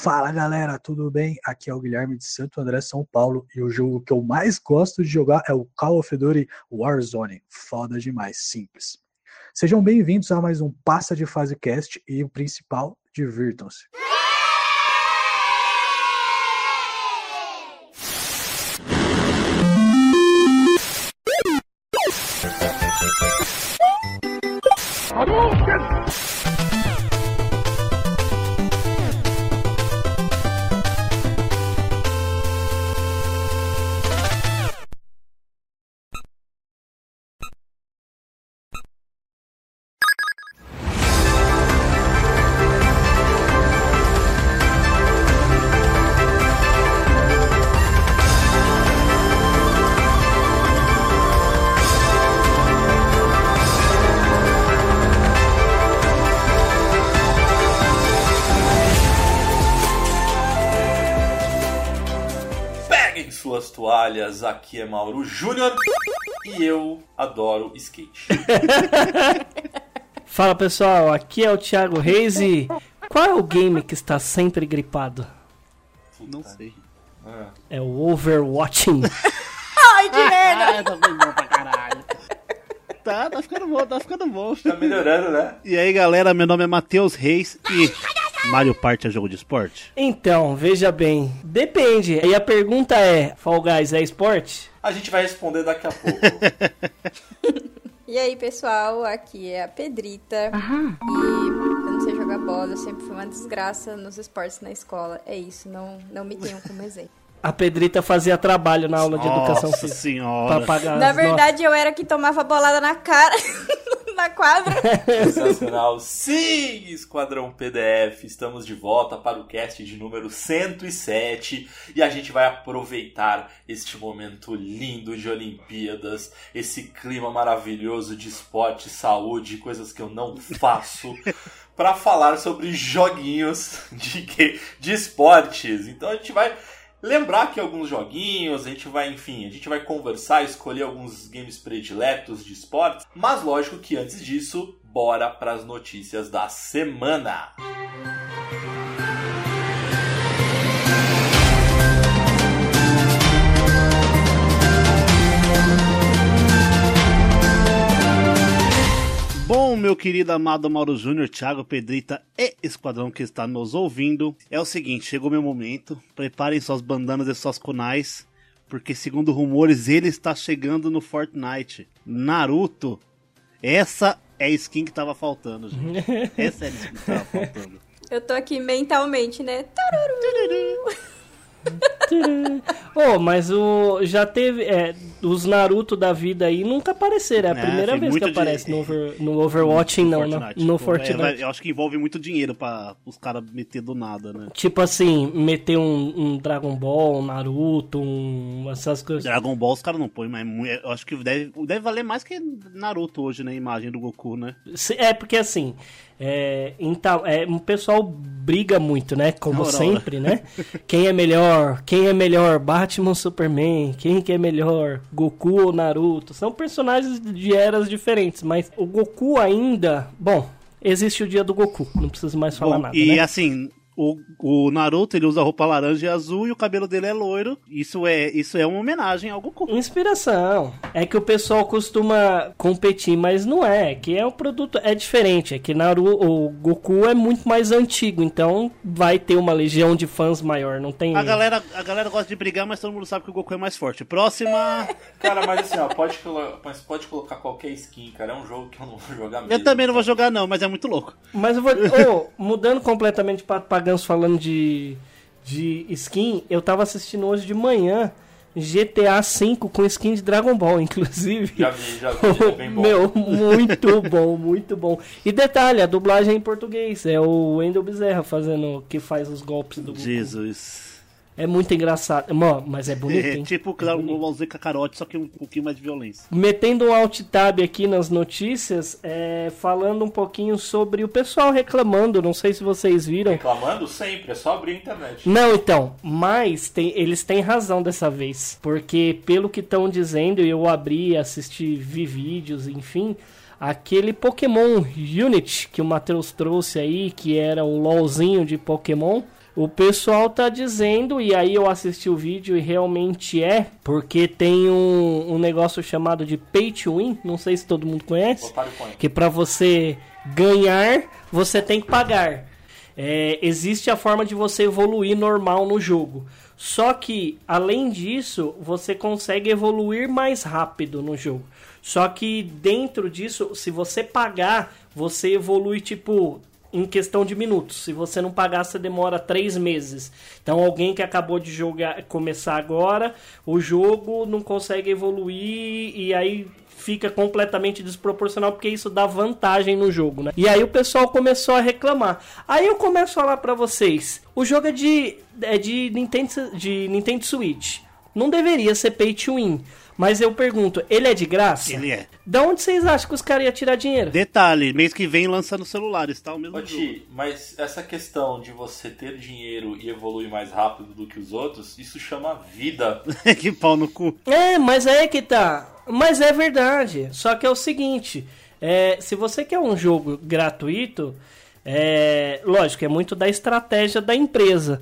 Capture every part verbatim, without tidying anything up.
Fala galera, tudo bem? Aqui é o Guilherme de Santo André, São Paulo, e o jogo que eu mais gosto de jogar é o Call of Duty Warzone. Foda demais, simples. Sejam bem-vindos a mais um Passa de Fase Cast e o principal, divirtam-se. Toalhas, aqui é Mauro Júnior e eu adoro skate. Fala pessoal, aqui é o Thiago Reis e qual é o game que está sempre gripado? Não sei. É o Overwatching. Ai, que merda! Ah, tá bem bom pra caralho. Tá, tá ficando bom, tá ficando bom. Tá melhorando, né? E aí galera, meu nome é Matheus Reis e Mario Party é jogo de esporte? Então, veja bem, depende. E a pergunta é, Fall Guys é esporte? A gente vai responder daqui a pouco. E aí pessoal, aqui é a Pedrita. Aham. E eu não sei jogar bola, eu sempre fui uma desgraça nos esportes na escola. É isso, não, não me tenham como exemplo. A Pedrita fazia trabalho na aula de Nossa educação física. Senhora. Pra pagar Na as verdade, eu era que tomava bolada na cara, na quadra. Sensacional. Sim, Esquadrão P D F, estamos de volta para o cast de número cento e sete e a gente vai aproveitar este momento lindo de Olimpíadas, esse clima maravilhoso de esporte, saúde, coisas que eu não faço, para falar sobre joguinhos de, de esportes. Então a gente vai lembrar aqui alguns joguinhos, a gente vai, enfim, a gente vai conversar, escolher alguns games prediletos de esportes, mas lógico que antes disso, bora para as notícias da semana. Bom, meu querido amado Mauro Júnior, Thiago, Pedrita e Esquadrão que está nos ouvindo, é o seguinte, chegou meu momento, preparem suas bandanas e suas kunais, porque segundo rumores ele está chegando no Fortnite. Naruto, essa é a skin que tava faltando, gente. Essa é a skin que tava faltando. Eu tô aqui mentalmente, né? Tururu. Oh, mas o já teve é, os Naruto da vida aí nunca apareceram, é a É, primeira tem vez que muito aparece de- no, over, no Overwatch, não, no, Fortnite. no Pô, é, Fortnite. vai- eu acho que envolve muito dinheiro pra os caras meter do nada, né? Tipo assim, meter um, um Dragon Ball, um Naruto, um, essas coisas. Dragon Ball os caras não põem, mas é mu- eu acho que deve, deve valer mais que Naruto hoje, né? A imagem do Goku, né? Se- É porque assim, é, então, é, o pessoal briga muito, né? Como Ora, ora. sempre, né? Quem é melhor? Quem é melhor? Batman ou Superman? Quem que é melhor? Goku ou Naruto? São personagens de eras diferentes, mas o Goku ainda... Bom, existe o dia do Goku, não preciso mais falar Bom, nada, e né? assim, o, o Naruto ele usa roupa laranja e azul e o cabelo dele é loiro. Isso é, isso é uma homenagem ao Goku. Inspiração. É que o pessoal costuma competir, mas não é. Que é o produto é diferente. É que Naruto, o Goku é muito mais antigo, então vai ter uma legião de fãs maior. Não tem. A galera, a galera gosta de brigar, mas todo mundo sabe que o Goku é mais forte. Próxima. Cara, mas assim, ó, pode, colo- mas pode colocar qualquer skin, cara, é um jogo que eu não vou jogar mesmo. Eu também não vou jogar não, mas é muito louco. Mas eu vou. Ô, mudando completamente para Pagãos falando de de skin, eu tava assistindo hoje de manhã G T A cinco com skin de Dragon Ball, inclusive. Já vi, já vi, é bem bom. Meu, muito bom, muito bom. E detalhe, a dublagem é em português. É o Wendel Bezerra fazendo, que faz os golpes do Goku. Jesus. É muito engraçado. Mano, mas é bonito, É hein? tipo o Dragon Ball Z Kakarot, só que um pouquinho mais de violência. Metendo um alt tab aqui nas notícias, é, falando um pouquinho sobre o pessoal reclamando, não sei se vocês viram. Reclamando sempre, é só abrir a internet. Não, então, mas tem, eles têm razão dessa vez, porque pelo que estão dizendo, eu abri, assisti, vi vídeos, enfim, aquele Pokémon Unity que o Matheus trouxe aí, que era o LOLzinho de Pokémon, O pessoal tá dizendo, e aí eu assisti o vídeo e realmente é, porque tem um, um negócio chamado de Pay to Win, não sei se todo mundo conhece, que pra você ganhar, você tem que pagar. É, existe a forma de você evoluir normal no jogo. Só que, além disso, você consegue evoluir mais rápido no jogo. Só que dentro disso, se você pagar, você evolui tipo... em questão de minutos. Se você não pagar, você demora três meses. Então, alguém que acabou de jogar, começar agora, o jogo não consegue evoluir e aí fica completamente desproporcional, porque isso dá vantagem no jogo, né? E aí o pessoal começou a reclamar. Aí eu começo a falar pra vocês, o jogo é de, é de, Nintendo, de Nintendo Switch. Não deveria ser pay to win. Mas eu pergunto, ele é de graça? Ele é. Da onde vocês acham que os caras iam tirar dinheiro? Detalhe, mês que vem lança no celular, está o mesmo Ô, jogo. Ti, mas essa questão de você ter dinheiro e evoluir mais rápido do que os outros, isso chama vida. Que pau no cu. É, mas é que tá. Mas é verdade. Só que é o seguinte, é, se você quer um jogo gratuito, é, lógico, é muito da estratégia da empresa.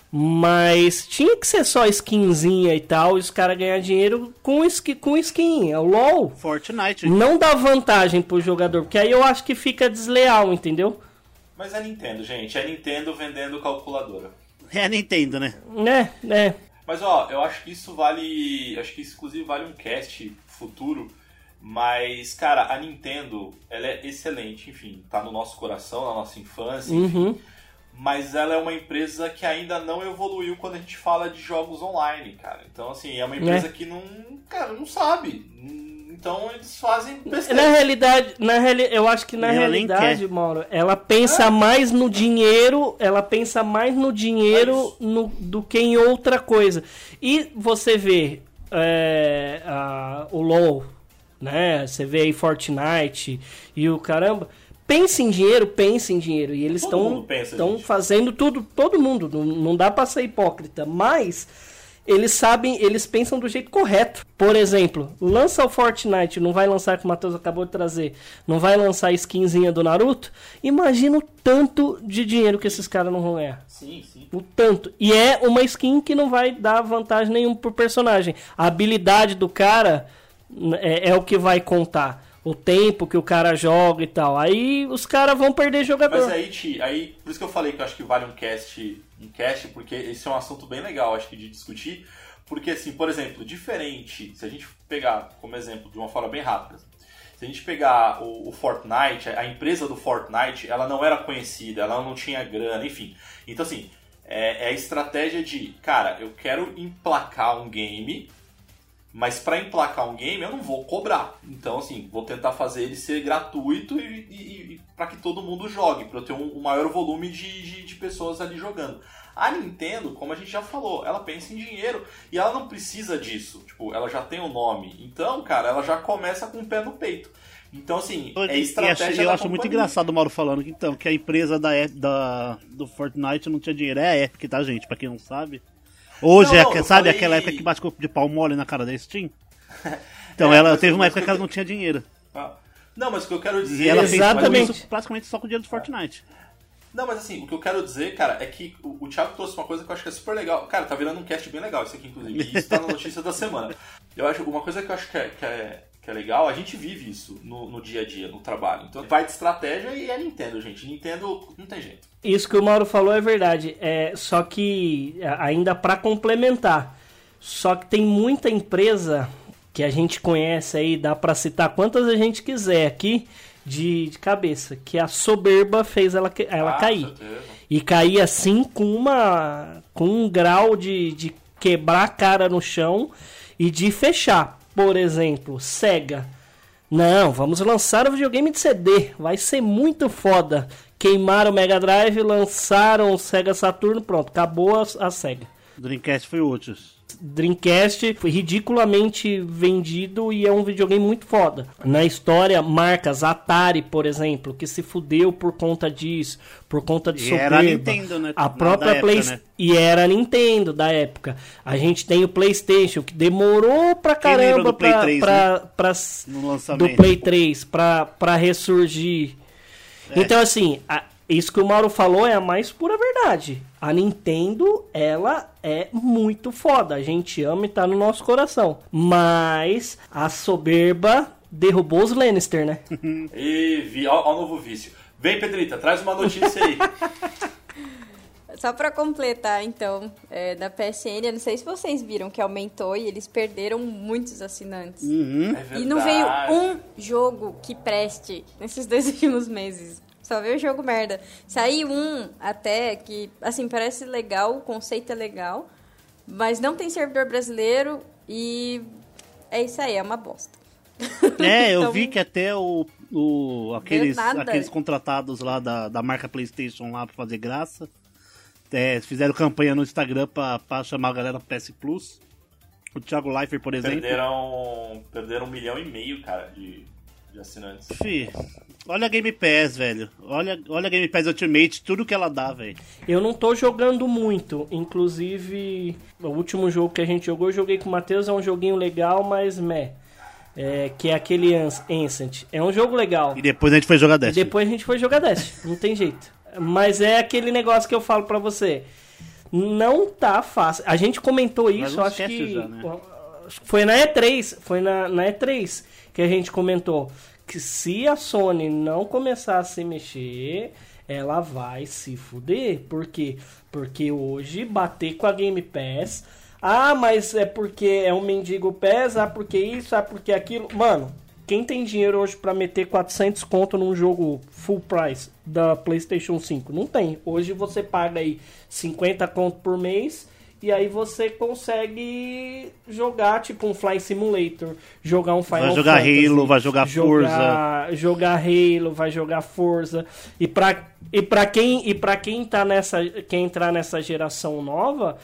Mas tinha que ser só skinzinha e tal, e os caras ganhar dinheiro com skin, com skin, é o LoL. Fortnite. Não dá vantagem pro jogador, porque aí eu acho que fica desleal, entendeu? Mas é Nintendo, gente, é Nintendo vendendo calculadora. É a Nintendo, né? É, é. Mas ó, eu acho que isso vale, acho que isso inclusive vale um cast futuro, mas cara, a Nintendo, ela é excelente, enfim, tá no nosso coração, na nossa infância, enfim. Uhum. Mas ela é uma empresa que ainda não evoluiu quando a gente fala de jogos online, cara. Então, assim, é uma empresa é. que não, cara, não sabe. Então, eles fazem besteira. Na realidade, na reali- eu acho que na ela realidade, Mauro, ela pensa é. mais no dinheiro, ela pensa mais no dinheiro é no, do que em outra coisa. E você vê é, a, o LoL, né? Você vê aí Fortnite e o caramba... Pensa em dinheiro, pensa em dinheiro. E eles estão fazendo tudo, todo mundo. Não, não dá pra ser hipócrita. Mas eles sabem, eles pensam do jeito correto. Por exemplo, lança o Fortnite, não vai lançar, que o Matheus acabou de trazer, não vai lançar a skinzinha do Naruto. Imagina o tanto de dinheiro que esses caras não vão ganhar. Sim, sim. O tanto. E é uma skin que não vai dar vantagem nenhuma pro personagem. A habilidade do cara é, é o que vai contar. O tempo que o cara joga e tal. Aí os caras vão perder jogador. Mas aí, Ti, aí, por isso que eu falei que eu acho que vale um cast, um cast, porque esse é um assunto bem legal, acho que, de discutir. Porque, assim, por exemplo, diferente, se a gente pegar como exemplo de uma forma bem rápida, se a gente pegar o, o Fortnite, a empresa do Fortnite, ela não era conhecida, ela não tinha grana, enfim. Então, assim, é, é a estratégia de, cara, eu quero emplacar um game... Mas para emplacar um game eu não vou cobrar. Então, assim, vou tentar fazer ele ser gratuito e, e, e para que todo mundo jogue, para eu ter um, um maior volume de, de, de pessoas ali jogando. A Nintendo, como a gente já falou, ela pensa em dinheiro e ela não precisa disso. Tipo, ela já tem o nome. Então, cara, ela já começa com o pé no peito. Então, assim, é estratégia Eu acho, eu acho muito engraçado o Mauro falando que, então, que a empresa da, da, do Fortnite não tinha dinheiro. É a Epic, tá, gente? Pra quem não sabe. Hoje, não, é, sabe falei... aquela época que bate de pau mole na cara da Steam? Então, é, ela teve uma época que ela não tinha dinheiro. Ah. Não, mas o que eu quero dizer... E ela Exatamente. fez isso praticamente só com o dinheiro do Fortnite. Não, mas assim, o que eu quero dizer, cara, é que o, o Thiago trouxe uma coisa que eu acho que é super legal. Cara, tá virando um cast bem legal isso aqui, inclusive. E isso tá na notícia da semana. Eu acho, uma coisa que eu acho que é, que é, que é legal, a gente vive isso no, no dia a dia, no trabalho. Então, vai de estratégia e é Nintendo, gente. Nintendo não tem jeito. Isso que o Mauro falou é verdade. É, só que, ainda pra complementar, só que tem muita empresa que a gente conhece aí, dá pra citar quantas a gente quiser aqui, de, de cabeça, que a soberba fez ela, ela ah, cair. E cair assim com uma com um grau de, de quebrar a cara no chão e de fechar. Por exemplo, Sega. Não, vamos lançar o videogame de C D. Vai ser muito foda. Queimaram o Mega Drive, lançaram o Sega Saturno, pronto, acabou a, a Sega. Dreamcast foi útil. Dreamcast foi ridiculamente vendido e é um videogame muito foda. Na história, marcas, Atari, por exemplo, que se fudeu por conta disso, por conta de soberba. E era a Nintendo, né? A própria PlayStation, né? E era a Nintendo da época. A gente tem o PlayStation, que demorou pra caramba do Play pra, três, pra, né? pra, no lançamento. do Play três pra, pra ressurgir. É. Então, assim, a, isso que o Mauro falou é a mais pura verdade. A Nintendo, ela é muito foda. A gente ama e tá no nosso coração. Mas a soberba derrubou os Lannister, né? E vi, ó, ó o novo vício. Vem, Pedrita, traz uma notícia aí. Só pra completar, então, é, da P S N, eu não sei se vocês viram que aumentou e eles perderam muitos assinantes. Uhum. É verdade. E não veio um jogo que preste nesses dois últimos meses. Só veio jogo merda. Saiu um até que, assim, parece legal, o conceito é legal, mas não tem servidor brasileiro e é isso aí, é uma bosta. É, eu Então, vi que até o, o aqueles, nada. aqueles contratados lá da, da marca PlayStation lá pra fazer graça, é, fizeram campanha no Instagram pra, pra chamar a galera pro P S Plus. O Thiago Leifert, por exemplo. Perderam, perderam um milhão e meio, cara, de, de assinantes. Fih, olha a Game Pass, velho. Olha, olha a Game Pass Ultimate, tudo que ela dá, velho. Eu não tô jogando muito. Inclusive, o último jogo que a gente jogou, eu joguei com o Matheus, é um joguinho legal, mas meh. É, que é aquele Ancient. É um jogo legal. E depois a gente foi jogar Destiny. E depois a gente foi jogar Destiny. Não tem jeito. Mas é aquele negócio que eu falo pra você. Não tá fácil. A gente comentou isso, Mas acho esquece que... já, né? Foi na E três. Foi na, na E três que a gente comentou. Que se a Sony não começar a se mexer, ela vai se fuder. Por quê? Porque hoje bater com a Game Pass... Ah, mas é porque é um mendigo Pass, ah, porque isso, ah, porque aquilo. Mano, quem tem dinheiro hoje pra meter quatrocentos conto num jogo full price da PlayStation cinco? Não tem. Hoje você paga aí cinquenta conto por mês e aí você consegue jogar tipo um Flight Simulator, jogar um Final Vai jogar Fantasy, Halo, vai jogar Forza. Jogar, jogar Halo, vai jogar Forza. E pra, e pra quem, e pra quem tá nessa, quem entrar nessa geração nova,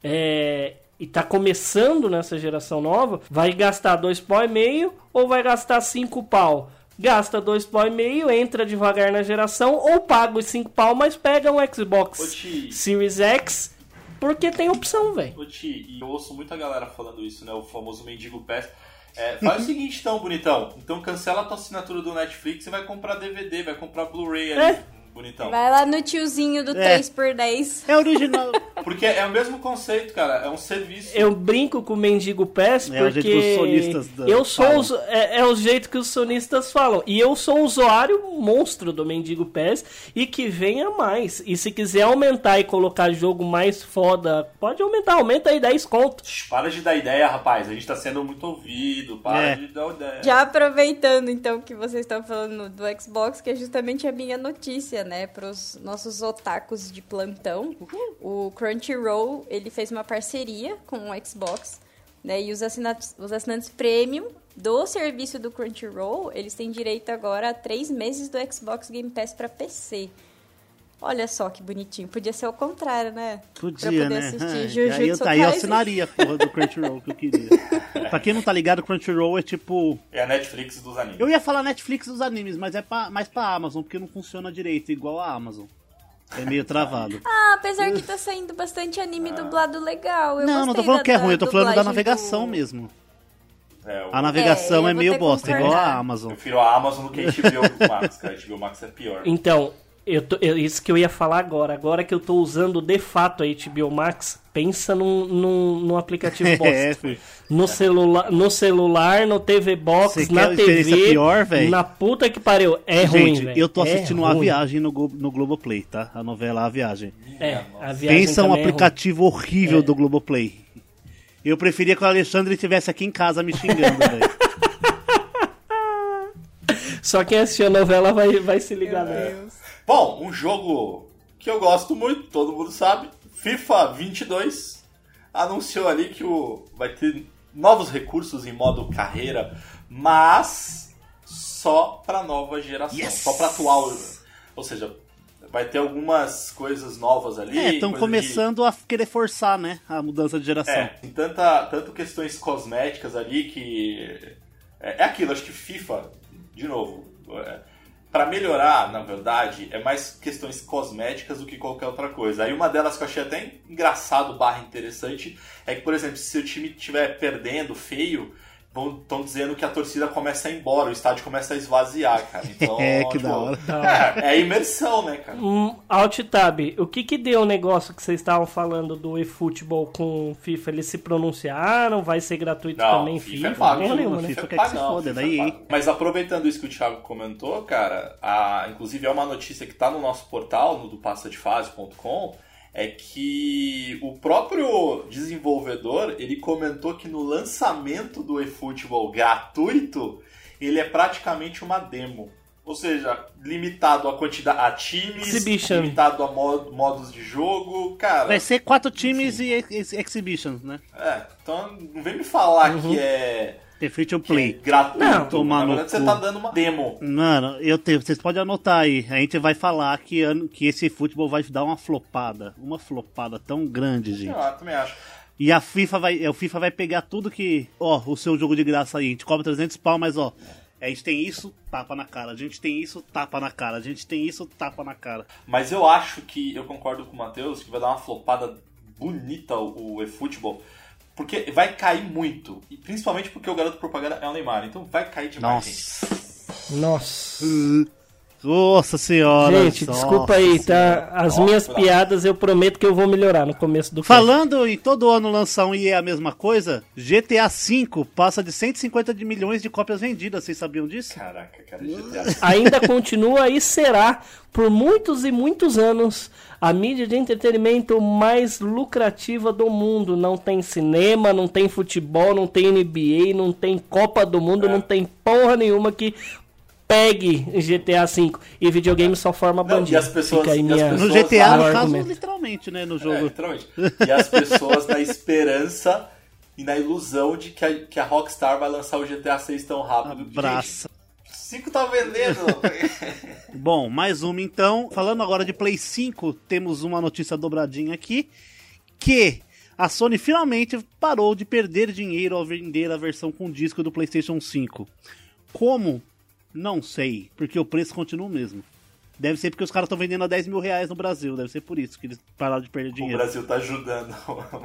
é... e tá começando nessa geração nova, vai gastar dois pau e meio ou vai gastar cinco pau? Gasta dois pau e meio, entra devagar na geração ou paga os cinco pau, mas pega um Xbox Ô, Ti. Series X porque tem opção, velho. Ô, Ti, e eu ouço muita galera falando isso, né? O famoso mendigo Pass. É, faz o seguinte então, bonitão. Então cancela a tua assinatura do Netflix e vai comprar D V D, vai comprar Blu-ray ali. É. Bonitão. Vai lá no tiozinho do É. três por dez. É original. Porque é o mesmo conceito, cara. É um serviço. Eu brinco com o Mendigo Pass É o jeito porque que os sonistas da- eu sou falam. os- é, é o jeito que os sonistas falam. E eu sou um usuário monstro do Mendigo Pass e que venha mais. E se quiser aumentar e colocar jogo mais foda, pode aumentar, aumenta aí dez conto. Shhh, para de dar ideia, rapaz. A gente tá sendo muito ouvido. Para É. de dar ideia. Já aproveitando, então, que vocês estão falando do Xbox, que é justamente a minha notícia, né, pros nossos otakus de plantão. O Crunchyroll, ele fez uma parceria com o Xbox, né, e os assinantes, os assinantes premium do serviço do Crunchyroll, eles têm direito agora a três meses do Xbox Game Pass para P C. Olha só que bonitinho. Podia ser o contrário, né? Podia, pra poder né? assistir Ah, Jujutsu aí, eu, aí eu Kaisen. assinaria a porra do Crunchyroll que eu queria. Pra quem não tá ligado, Crunchyroll é tipo... É a Netflix dos animes. Eu ia falar Netflix dos animes, mas é pra, mais pra Amazon, porque não funciona direito, igual a Amazon. É meio travado. Ah, apesar que tá saindo bastante anime dublado legal. Eu não, não tô gostei falando da- que é ruim, eu tô da falando da dublagem navegação do- mesmo. É, o- A navegação É, é, eu vou meio ter que bosta, igual concordar. a Eu Amazon. prefiro a Amazon do que a H B O Max, cara. A H B O Max é pior. Então, eu tô- eu- isso que eu ia falar agora. Agora que eu tô usando de fato a H B O Max, pensa num, num, num aplicativo bosta. É, filho. No celular, no celular, no T V Box, Você quer na uma experiência T V, pior, véi? na puta que pariu. É ruim, Gente, velho. eu tô É assistindo A ruim. Viagem no, Glo- no Globoplay, tá? A novela A Viagem. É, a viagem Pensa um também é aplicativo horrível É. do Globoplay. Eu preferia que o Alexandre estivesse aqui em casa me xingando, velho. ruim. Só quem assistiu a novela vai, vai se ligar Meu nela. Deus. Bom, um jogo que eu gosto muito, todo mundo sabe. FIFA vinte e dois anunciou ali que o, vai ter novos recursos em modo carreira, mas só para nova geração, Yes! só para atual. Ou seja, vai ter algumas coisas novas ali. É, estão coisa começando a querer forçar, né? A mudança de de... geração. É, tem tanta, tanto questões cosméticas ali que... É, é aquilo, acho que FIFA, de novo... É, para melhorar, na verdade, é mais questões cosméticas do que qualquer outra coisa. Aí uma delas que eu achei até engraçado barra interessante é que, por exemplo, se o time estiver perdendo feio, estão dizendo que a torcida começa a ir embora, o estádio começa a esvaziar, cara. Então, é, que tipo, da hora. É, é imersão, né, cara? Um, Alt Tab, o que que deu o negócio que vocês estavam falando do eFootball com o FIFA? Eles se pronunciaram? Vai ser gratuito não, também? FIFA, FIFA? é pago, Não, nenhuma, né? FIFA FIFA quer é que pago, se não, foda, FIFA daí, é hein? pago. Mas aproveitando isso que o Thiago comentou, cara, a, inclusive é uma notícia que tá no nosso portal, no do passa de fase ponto com, é que o próprio desenvolvedor, ele comentou que no lançamento do eFootball gratuito, ele é praticamente uma demo. Ou seja, limitado a quantidade, a times, Exhibition. limitado a mod, modos de jogo, cara... Vai ser quatro times enfim. e ex exhibitions, né? É, então não vem me falar Uhum. que é... The free to que é play. gratuito. Não, tomar na no verdade, você cu. tá dando uma demo. Mano, eu tenho, vocês podem anotar aí. A gente vai falar que, ano, que esse futebol vai dar uma flopada. Uma flopada tão grande, gente. Eu também acho. E a FIFA vai, o FIFA vai pegar tudo que... Ó, o seu jogo de graça aí. A gente cobra trezentos pau, mas ó... A gente tem isso, tapa na cara. A gente tem isso, tapa na cara. A gente tem isso, tapa na cara. Mas eu acho que, eu concordo com o Matheus, que vai dar uma flopada bonita o, o eFootball. Porque vai cair muito. E principalmente porque o garoto propaganda é o Neymar. Então vai cair demais, Nossa. gente. Nossa. Nossa senhora. Gente, nossa desculpa aí, senhora. tá? As Nossa, minhas bravo. piadas eu prometo que eu vou melhorar no começo do cast. Falando em todo ano lançar um e é a mesma coisa, G T A cinco passa de cento e cinquenta de milhões de cópias vendidas. Vocês sabiam disso? Caraca, cara, G T A. Ainda continua e será, por muitos e muitos anos, a mídia de entretenimento mais lucrativa do mundo. Não tem cinema, não tem futebol, não tem N B A, não tem Copa do Mundo, É. não tem porra nenhuma que pegue G T A cinco. E videogame só forma Não, bandido. e as pessoas- Fica aí e as minha... pessoas- No G T A, lá- no Maior caso, argumento. literalmente, né? No É, jogo. literalmente. E as pessoas na esperança e na ilusão de que a, que a Rockstar vai lançar o G T A seis tão rápido. Abraça. cinco tá vendendo. Bom, mais uma então. Falando agora de Play cinco, temos uma notícia dobradinha aqui. Que a Sony finalmente parou de perder dinheiro ao vender a versão com disco do PlayStation cinco. Como? Não sei, porque o preço continua o mesmo. Deve ser porque os caras estão vendendo a dez mil reais no Brasil. Deve ser por isso que eles pararam de perder O dinheiro. Brasil tá ajudando.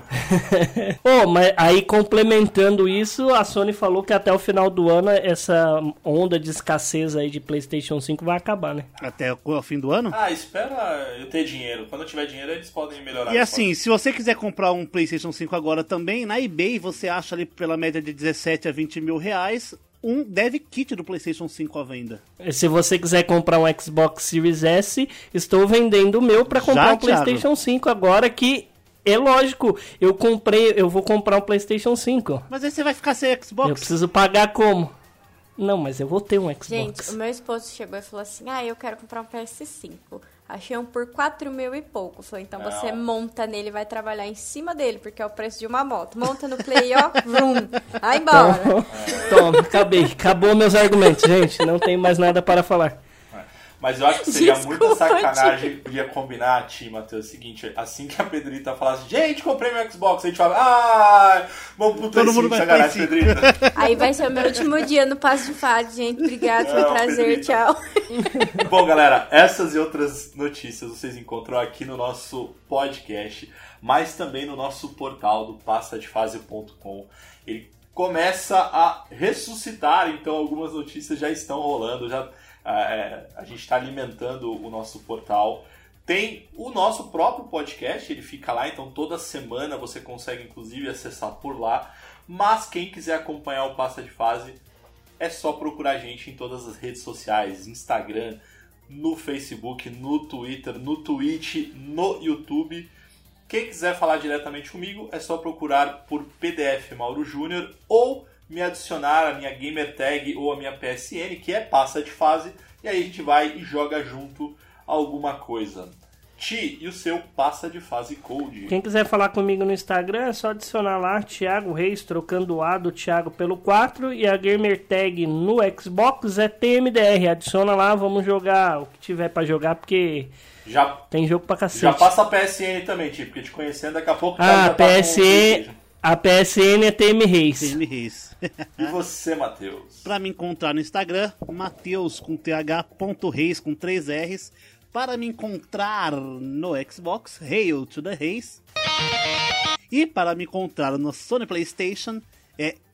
Oh, mas aí complementando isso, a Sony falou que até o final do ano essa onda de escassez aí de PlayStation cinco vai acabar, né? Até o o fim do ano? Ah, espera eu ter dinheiro. Quando eu tiver dinheiro, eles podem melhorar. E assim, se você quiser comprar um PlayStation cinco agora também, na eBay você acha ali pela média de dezessete a vinte mil reais um dev kit do PlayStation cinco à venda. Se você quiser comprar um Xbox Series S, estou vendendo o meu para comprar Já, um PlayStation cinco agora, que é lógico, eu comprei, eu vou comprar um PlayStation cinco. Mas aí você vai ficar sem Xbox? Eu preciso pagar como? Não, mas eu vou ter um Xbox. Gente, o meu esposo chegou e falou assim, ah, eu quero comprar um P S cinco. Achei um por quatro mil e pouco. Falei, então Não. você monta nele e vai trabalhar em cima dele, porque é o preço de uma moto. Monta no Play, ó, vrum, vai embora. Então, toma, acabei. Acabou meus argumentos, gente. Não tem mais nada para falar. Mas eu acho que seria Desculpa, muita sacanagem. Podia combinar, Ti, Matheus, é o seguinte, assim que a Pedrita falasse, gente, comprei meu Xbox, a gente fala, ah, vamos pro Play Todo mundo cinco, vai sacanagem, Play Pedrita. Aí vai ser o meu último dia no Passo de Fado, gente. Obrigado, foi um Não, prazer, Pedrita. tchau. Bom, galera, essas e outras notícias vocês encontram aqui no nosso podcast, mas também no nosso portal do passa de fase ponto com. Ele começa a ressuscitar, então algumas notícias já estão rolando, já é, a gente está alimentando o nosso portal. Tem o nosso próprio podcast, ele fica lá, então toda semana você consegue inclusive acessar por lá. Mas quem quiser acompanhar o Passa de Fase, é só procurar a gente em todas as redes sociais, Instagram, no Facebook, no Twitter, no Twitch, no YouTube. Quem quiser falar diretamente comigo, é só procurar por P D F Mauro Júnior ou me adicionar a minha gamer tag ou a minha P S N, que é Passa de Fase, e aí a gente vai e joga junto alguma coisa. Ti, e o seu Passa de Fase Code? Quem quiser falar comigo no Instagram é só adicionar lá Thiago Reis, trocando o A do Thiago pelo quatro, e a gamer tag no Xbox é T M D R. Adiciona lá, vamos jogar o que tiver pra jogar, porque Já, tem jogo pra cacete. já passa a P S N também, Ti, porque te conhecendo daqui a pouco Ah, já tá P S N, com o a P S N é T M Reis. T M Reis. E você, Matheus? Pra me encontrar no Instagram, Mateus com th.reis com três R's. Para me encontrar no Xbox, Hail to the Reis. E para me encontrar no Sony PlayStation, é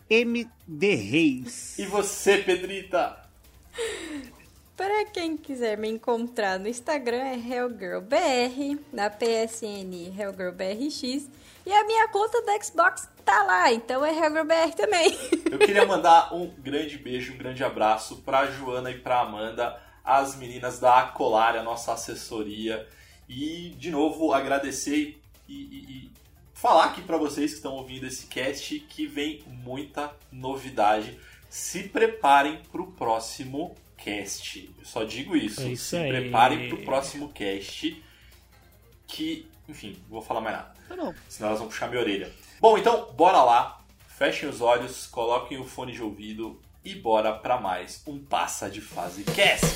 M D Reis. E você, Pedrita? Para quem quiser me encontrar no Instagram é HellGirlBR, na P S N HellGirlBRX, e a minha conta do Xbox tá lá, então é HellGirlBR também. Eu queria mandar um grande beijo, um grande abraço pra Joana e pra Amanda, as meninas da Acolar, a nossa assessoria, e de novo agradecer e, e, e falar aqui pra vocês que estão ouvindo esse cast que vem muita novidade. Se preparem pro próximo cast. Eu só digo isso. É isso Se aí. preparem pro próximo cast. Que, enfim, não vou falar mais nada. Não. Senão elas vão puxar minha orelha. Bom, então, bora lá. Fechem os olhos, coloquem o fone de ouvido e bora pra mais um Passa de Fase Cast.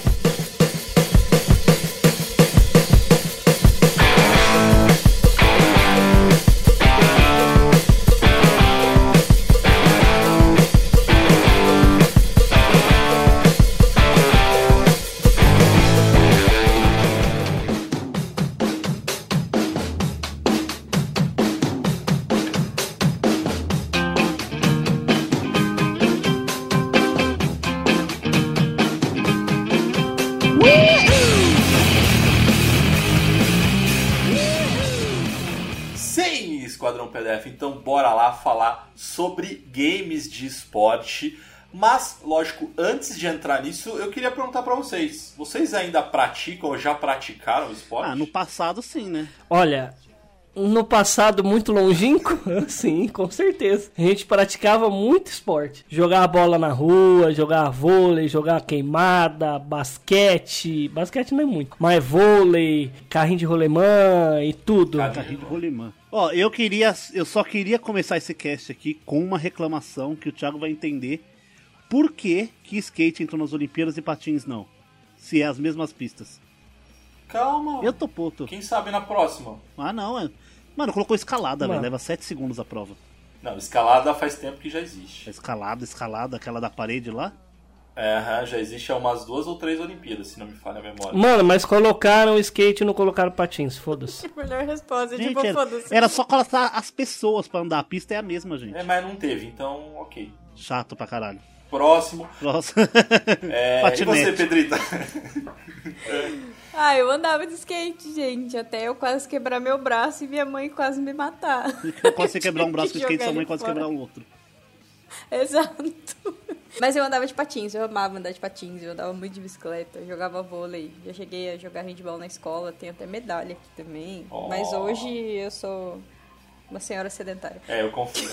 Esquadrão P D F, então bora lá falar sobre games de esporte. Mas, lógico, antes de entrar nisso, eu queria perguntar pra vocês. Vocês ainda praticam ou já praticaram esporte? Ah, no passado sim, né? Olha, no passado muito longínquo, sim, com certeza. A gente praticava muito esporte. Jogar bola na rua, jogar vôlei, jogar queimada, basquete. Basquete não é muito, mas vôlei, carrinho de rolemã e tudo. Carrinho de rolemã. Ó, eu queria, eu só queria começar esse cast aqui com uma reclamação que o Thiago vai entender. Por que que skate entrou nas Olimpíadas e patins não? Se é as mesmas pistas. Calma. Eu tô puto. Quem sabe na próxima? Ah, não. É... Mano, colocou escalada, Mano. velho. Leva sete segundos a prova. Não, escalada faz tempo que já existe. Escalada, escalada, aquela da parede lá. É, já existe há umas duas ou três Olimpíadas, se não me falha a memória. Mano, mas colocaram skate e não colocaram patins, foda-se. Melhor resposta, Gente, tipo, era, foda-se. era só colocar as pessoas pra andar. A pista é a mesma, gente. É, mas não teve, então ok. Chato pra caralho. Próximo. Próximo. É, e Patinete. você, Pedrita? Ah, eu andava de skate, gente, até eu quase quebrar meu braço e minha mãe quase me matar. Quase você quebrar um braço com skate, Jogar sua mãe ele quase fora. quebrar o outro. Exato. Mas eu andava de patins, eu amava andar de patins, eu andava muito de bicicleta, eu jogava vôlei, já cheguei a jogar handball na escola, tenho até medalha aqui também. Oh. Mas hoje eu sou uma senhora sedentária. É, eu confio.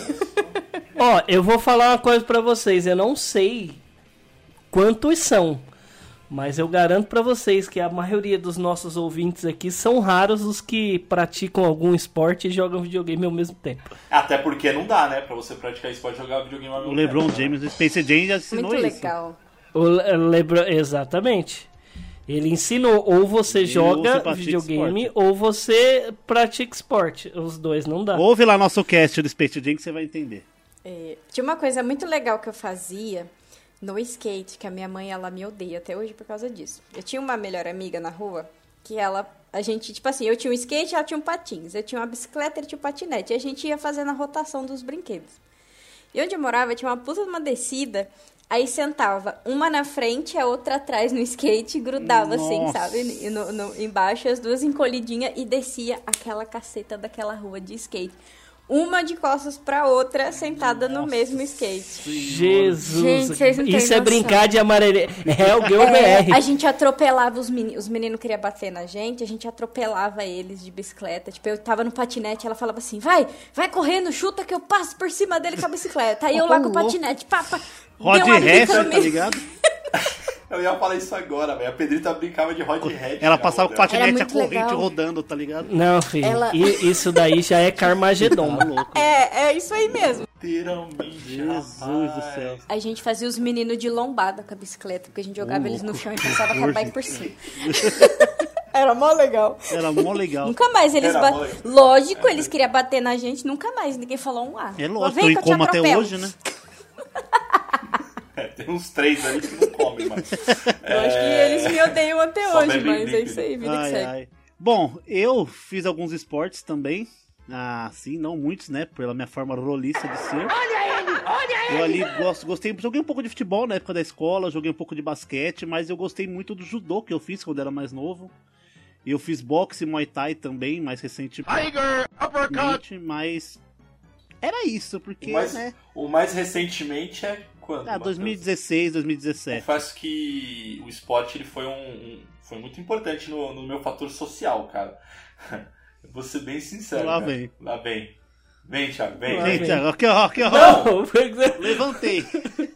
Ó, eu vou falar uma coisa pra vocês, eu não sei quantos são, mas eu garanto pra vocês que a maioria dos nossos ouvintes aqui são raros os que praticam algum esporte e jogam videogame ao mesmo tempo. Até porque não dá, né? Pra você praticar esporte e jogar videogame ao O mesmo LeBron tempo. James, o Space Jam já ensinou Muito isso. legal. O Le- Lebron, exatamente. Ele ensinou, ou você E joga você pratica videogame, esporte. ou você pratica esporte. Os dois não dá. Ouve lá nosso cast do Space Jam que você vai entender. É, tinha uma coisa muito legal que eu fazia no skate, que a minha mãe, ela me odeia até hoje por causa disso. Eu tinha uma melhor amiga na rua, que ela, a gente, tipo assim, eu tinha um skate, ela tinha um patins, eu tinha uma bicicleta, ele tinha um patinete, e a gente ia fazendo a rotação dos brinquedos. E onde eu morava, tinha uma puta de uma descida, aí sentava uma na frente, a outra atrás no skate, e grudava assim, Nossa. sabe, e no, no, embaixo, as duas encolhidinhas, e descia aquela caceta daquela rua de skate. Uma de costas pra outra, sentada no mesmo skate. Jesus, Gente, vocês não têm isso é noção. brincar de amarelo. É o Girl B R. É, a gente atropelava os meninos, os meninos queriam bater na gente, a gente atropelava eles de bicicleta. Tipo, eu tava no patinete, ela falava assim, vai, vai correndo, chuta que eu passo por cima dele com a bicicleta. Aí eu lá com o patinete, pá, pá, Rod deu uma Hash, bica no tá meio. ligado? Eu ia falar isso agora, velho. A Pedrita brincava de Rod Head. Ela passava com o patinete Era a muito corrente legal. rodando, tá ligado? Não, filho, Ela- i- isso daí já é Carmagedon. Tá louco. É, é isso aí mesmo. Literalmente, Jesus rapaz. do céu. A gente fazia os meninos de lombada com a bicicleta, porque a gente jogava Ô, eles no louco. chão e passava com a Hoje. bike por cima. Era mó legal. Era mó legal. Nunca mais eles Era ba... mó legal. Lógico, eles queriam bater na gente, nunca mais ninguém falou um A. É lógico, Vem tô que em eu te coma até atropelo. hoje, né? É, tem uns três ali que não comem, mas... Eu acho que eles me odeiam até Só hoje, bebem mas é líquido. isso aí, vida que Ai, segue. ai. Bom, eu fiz alguns esportes também. Ah, sim, não muitos, né? Pela minha forma roliça de ser. Olha ele! Eu ali gosto, gostei, joguei um pouco de futebol na época da escola, joguei um pouco de basquete, mas eu gostei muito do judô que eu fiz quando era mais novo. E eu fiz boxe e Muay Thai também, mais recentemente, mas era isso, porque, o mais, né? O mais recentemente é quando? Ah, dois mil e dezesseis, dois mil e dezessete. Confesso que o esporte ele foi, um, um, foi muito importante no, no meu fator social, cara. Eu vou ser bem sincero. Lá cara. vem. Lá vem. Vem, Thiago, vem. Vem, vem. Thiago, aqui ó, aqui ó. Não, Levantei.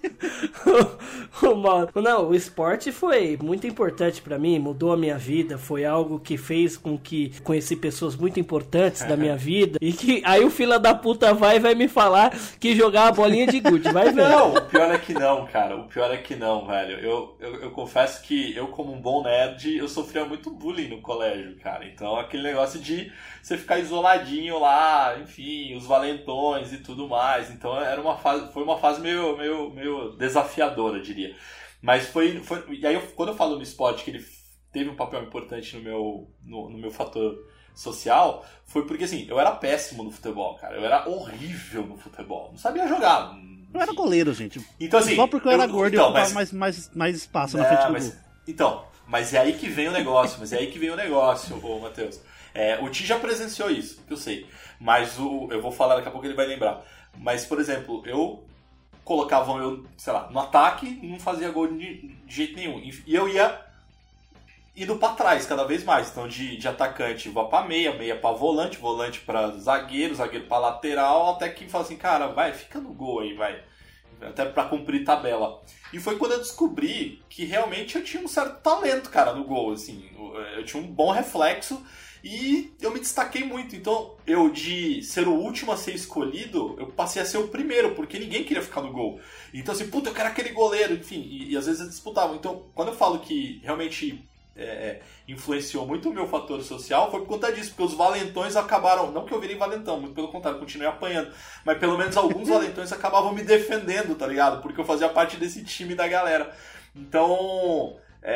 Não, o esporte foi muito importante pra mim, mudou a minha vida, foi algo que fez com que conheci pessoas muito importantes da minha vida, e que aí o fila da puta vai e vai me falar que jogar a bolinha de gude, vai ver. Não, o pior é que não, cara, o pior é que não, velho. Eu, eu, eu confesso que eu, como um bom nerd, eu sofria muito bullying no colégio, cara. Então aquele negócio de você ficar isoladinho lá, enfim, os valentões e tudo mais. Então era uma fase, foi uma fase meio, meio, meio desafiadora, eu diria. Mas foi, foi e aí eu, quando eu falo no esporte que ele teve um papel importante no meu, no, no meu fator social, foi porque assim, eu era péssimo no futebol, cara. Eu era horrível no futebol. Não sabia jogar. Eu era goleiro, gente. Então, assim, só porque eu era eu, gordo então, eu ocupava mas, mais, mais, mais espaço é, na frente do mas, gol. Então, mas é aí que vem o negócio. Mas é aí que vem o negócio, ô Matheus. É, o Ti já presenciou isso, que eu sei. Mas o, eu vou falar daqui a pouco, ele vai lembrar. Mas, por exemplo, eu colocava eu, sei lá, no ataque e não fazia gol de, de jeito nenhum. E eu ia indo pra trás cada vez mais. Então, de, de atacante, vou pra meia, meia pra volante, volante pra zagueiro, zagueiro pra lateral, até que fala assim, cara, vai, fica no gol aí, vai. Até pra cumprir tabela. E foi quando eu descobri que realmente eu tinha um certo talento, cara, no gol, assim. Eu tinha um bom reflexo e eu me destaquei muito. Então, eu de ser o último a ser escolhido, eu passei a ser o primeiro, porque ninguém queria ficar no gol. Então, assim, puta, eu quero aquele goleiro, enfim. E, e às vezes eu disputava. Então, quando eu falo que realmente é, influenciou muito o meu fator social, foi por conta disso. Porque os valentões acabaram... Não que eu virei valentão, muito pelo contrário, continuei apanhando. Mas pelo menos alguns valentões acabavam me defendendo, tá ligado? Porque eu fazia parte desse time da galera. Então,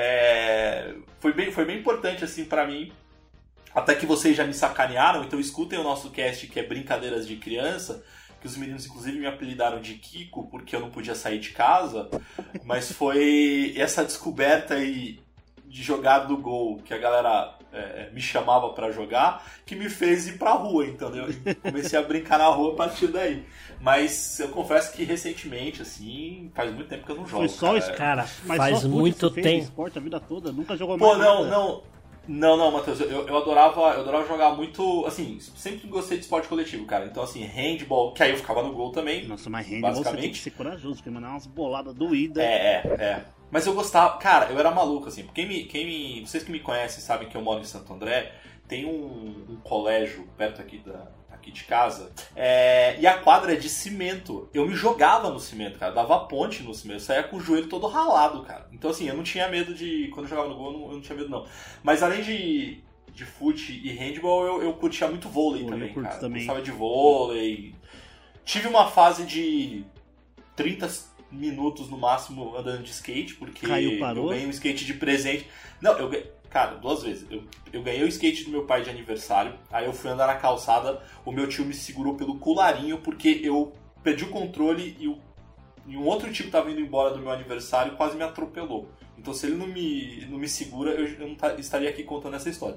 é, foi, bem, foi bem importante, assim, pra mim. Até que vocês já me sacanearam, então escutem o nosso cast que é Brincadeiras de Criança, que os meninos inclusive me apelidaram de Kiko porque eu não podia sair de casa, mas foi essa descoberta aí de jogar do gol que a galera é, me chamava pra jogar que me fez ir pra rua, entendeu? Eu comecei a brincar na rua a partir daí. Mas eu confesso que recentemente, assim, faz muito tempo que eu não jogo. Foi só isso, cara. Mas faz só muito você fez tempo. esporte a vida toda, nunca jogou Pô, mais. não, nada. não. Não, não, Matheus, eu, eu, adorava, eu adorava jogar muito, assim, sempre gostei de esporte coletivo, cara. Então, assim, handball, que aí eu ficava no gol também. Nossa, mas handball você tem que ser corajoso, porque mandar umas boladas doídas. É, é, é. Mas eu gostava, cara, eu era maluco, assim. Quem me, quem me, vocês que me conhecem sabem que eu moro em Santo André, tem um, um colégio perto aqui da... aqui de casa, é, e a quadra é de cimento. Eu me jogava no cimento, cara, dava ponte no cimento, eu saía com o joelho todo ralado, cara. Então, assim, eu não tinha medo de... Quando eu jogava no gol, eu não, eu não tinha medo, não. Mas além de, de fute e handball, eu, eu curtia muito vôlei Pô, também, cara. Também. Eu gostava de vôlei. Tive uma fase de trinta minutos no máximo andando de skate, porque Caiu, parou? eu ganhei um skate de presente. Não, eu ganhei... Cara, duas vezes. Eu, eu ganhei o skate do meu pai de aniversário, aí eu fui andar na calçada, o meu tio me segurou pelo colarinho, porque eu perdi o controle e, o, e um outro tio que tava indo embora do meu aniversário quase me atropelou. Então se ele não me, não me segura, eu, eu não tá, estaria aqui contando essa história.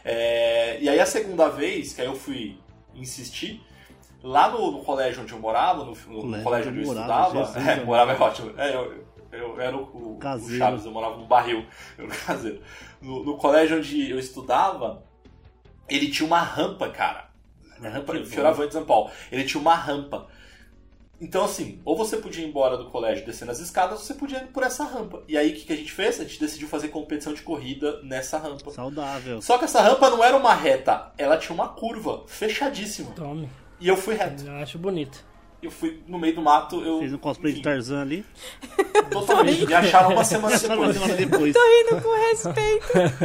É, e aí a segunda vez, que aí eu fui insistir, lá no, no colégio onde eu morava, no, no colégio, colégio onde eu morava, estudava, Jesus, é, morava é ótimo, é, eu, eu era o, o, o Chaves, eu morava no barril, eu era o caseiro. No, no colégio onde eu estudava, ele tinha uma rampa, cara. A rampa, Fioravante, São Paulo. Ele tinha uma rampa. Então, assim, ou você podia ir embora do colégio descendo as escadas, ou você podia ir por essa rampa. E aí, o que, que a gente fez? A gente decidiu fazer competição de corrida nessa rampa. Saudável. Só que essa rampa não era uma reta, ela tinha uma curva, fechadíssima. Tome. E eu fui reto. Eu acho bonito. Eu fui no meio do mato, eu... Fez um cosplay enfim, de Tarzan ali. Totalmente. Me acharam uma semana Uma depois. semana depois. Tô rindo com respeito.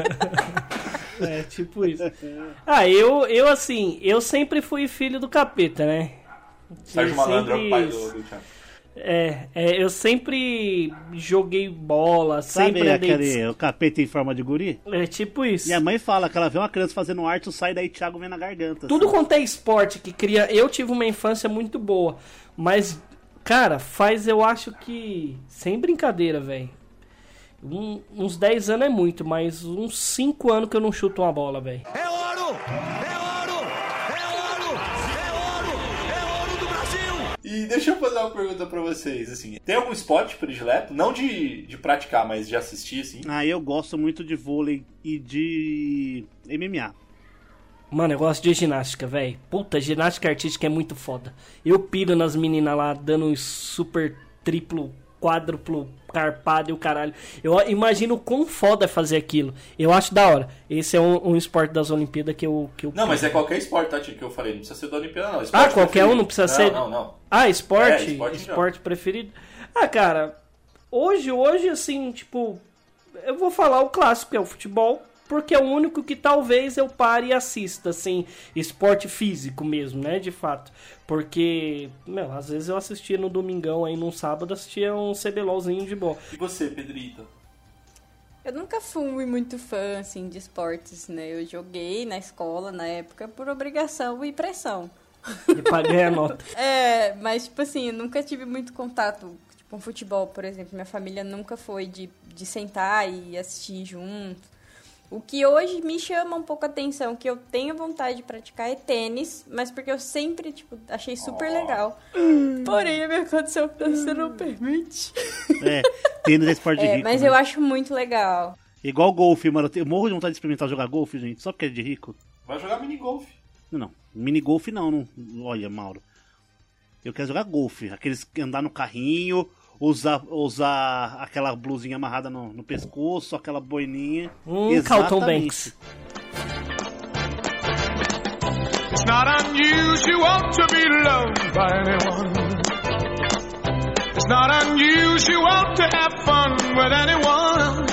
É, tipo isso. Ah, eu, eu assim, eu sempre fui filho do capeta, né? Sérgio Eu Malandro é sempre- o pai do, do Thiago. É, é, eu sempre joguei bola, Sabe sempre andei de... aquele o capeta em forma de guri? É tipo isso. Minha mãe fala que ela vê uma criança fazendo arte, sai daí Thiago vem na garganta. Tudo assim. quanto é esporte que cria... Eu tive uma infância muito boa, mas Cara, faz eu acho que... Sem brincadeira, velho. Um, uns dez anos é muito, mas uns cinco anos que eu não chuto uma bola, velho. É ouro! É ouro! É ouro! É ouro! É ouro do Brasil! E deixa eu fazer uma pergunta pra vocês, assim. Tem algum esporte predileto? Não de, de praticar, mas de assistir, assim? Ah, eu gosto muito de vôlei e de M M A. Mano, eu gosto de ginástica, velho. Puta, ginástica artística é muito foda. Eu piro nas meninas lá, dando um super triplo, quádruplo, carpado e o caralho. Eu imagino quão foda é fazer aquilo. Eu acho da hora. Esse é um, um esporte das Olimpíadas que eu... Que eu não, piro. mas é qualquer esporte, tá, Tio, que eu falei. Não precisa ser da Olimpíada, não. Esporte ah, qualquer preferido. Um? Não precisa não, ser... Não, não, Ah, esporte? É, esporte, esporte preferido? Ah, cara... Hoje, hoje, assim, tipo... Eu vou falar o clássico, que é o futebol... Porque é o único que talvez eu pare e assista, assim, esporte físico mesmo, né, de fato. Porque, meu, às vezes eu assistia no domingão, aí num sábado assistia um CBLOLzinho de boa. E você, Pedrita? Eu nunca fui muito fã, assim, de esportes, né? Eu joguei na escola, na época, por obrigação e pressão. E pra ganhar nota. É, mas, tipo assim, eu nunca tive muito contato com futebol, por exemplo. Minha família nunca foi de, de sentar e assistir junto. O que hoje me chama um pouco a atenção, que eu tenho vontade de praticar é tênis, mas porque eu sempre, tipo, achei super oh. legal. Porém, a minha condição financeira não permite. É, tênis é esporte de é, rico, mas né? eu acho muito legal. Igual golfe, mano. Eu morro de vontade de experimentar jogar golfe, gente, só porque é de rico. Vai jogar minigolf. Não, não. Minigolf não, não. Olha, Mauro. Eu quero jogar golfe. Aqueles que andar no carrinho... Usar, usar aquela blusinha amarrada no, no pescoço, aquela boininha. Hum, Carlton Banks. It's not unusual to be loved by anyone. It's not unusual to have fun with anyone.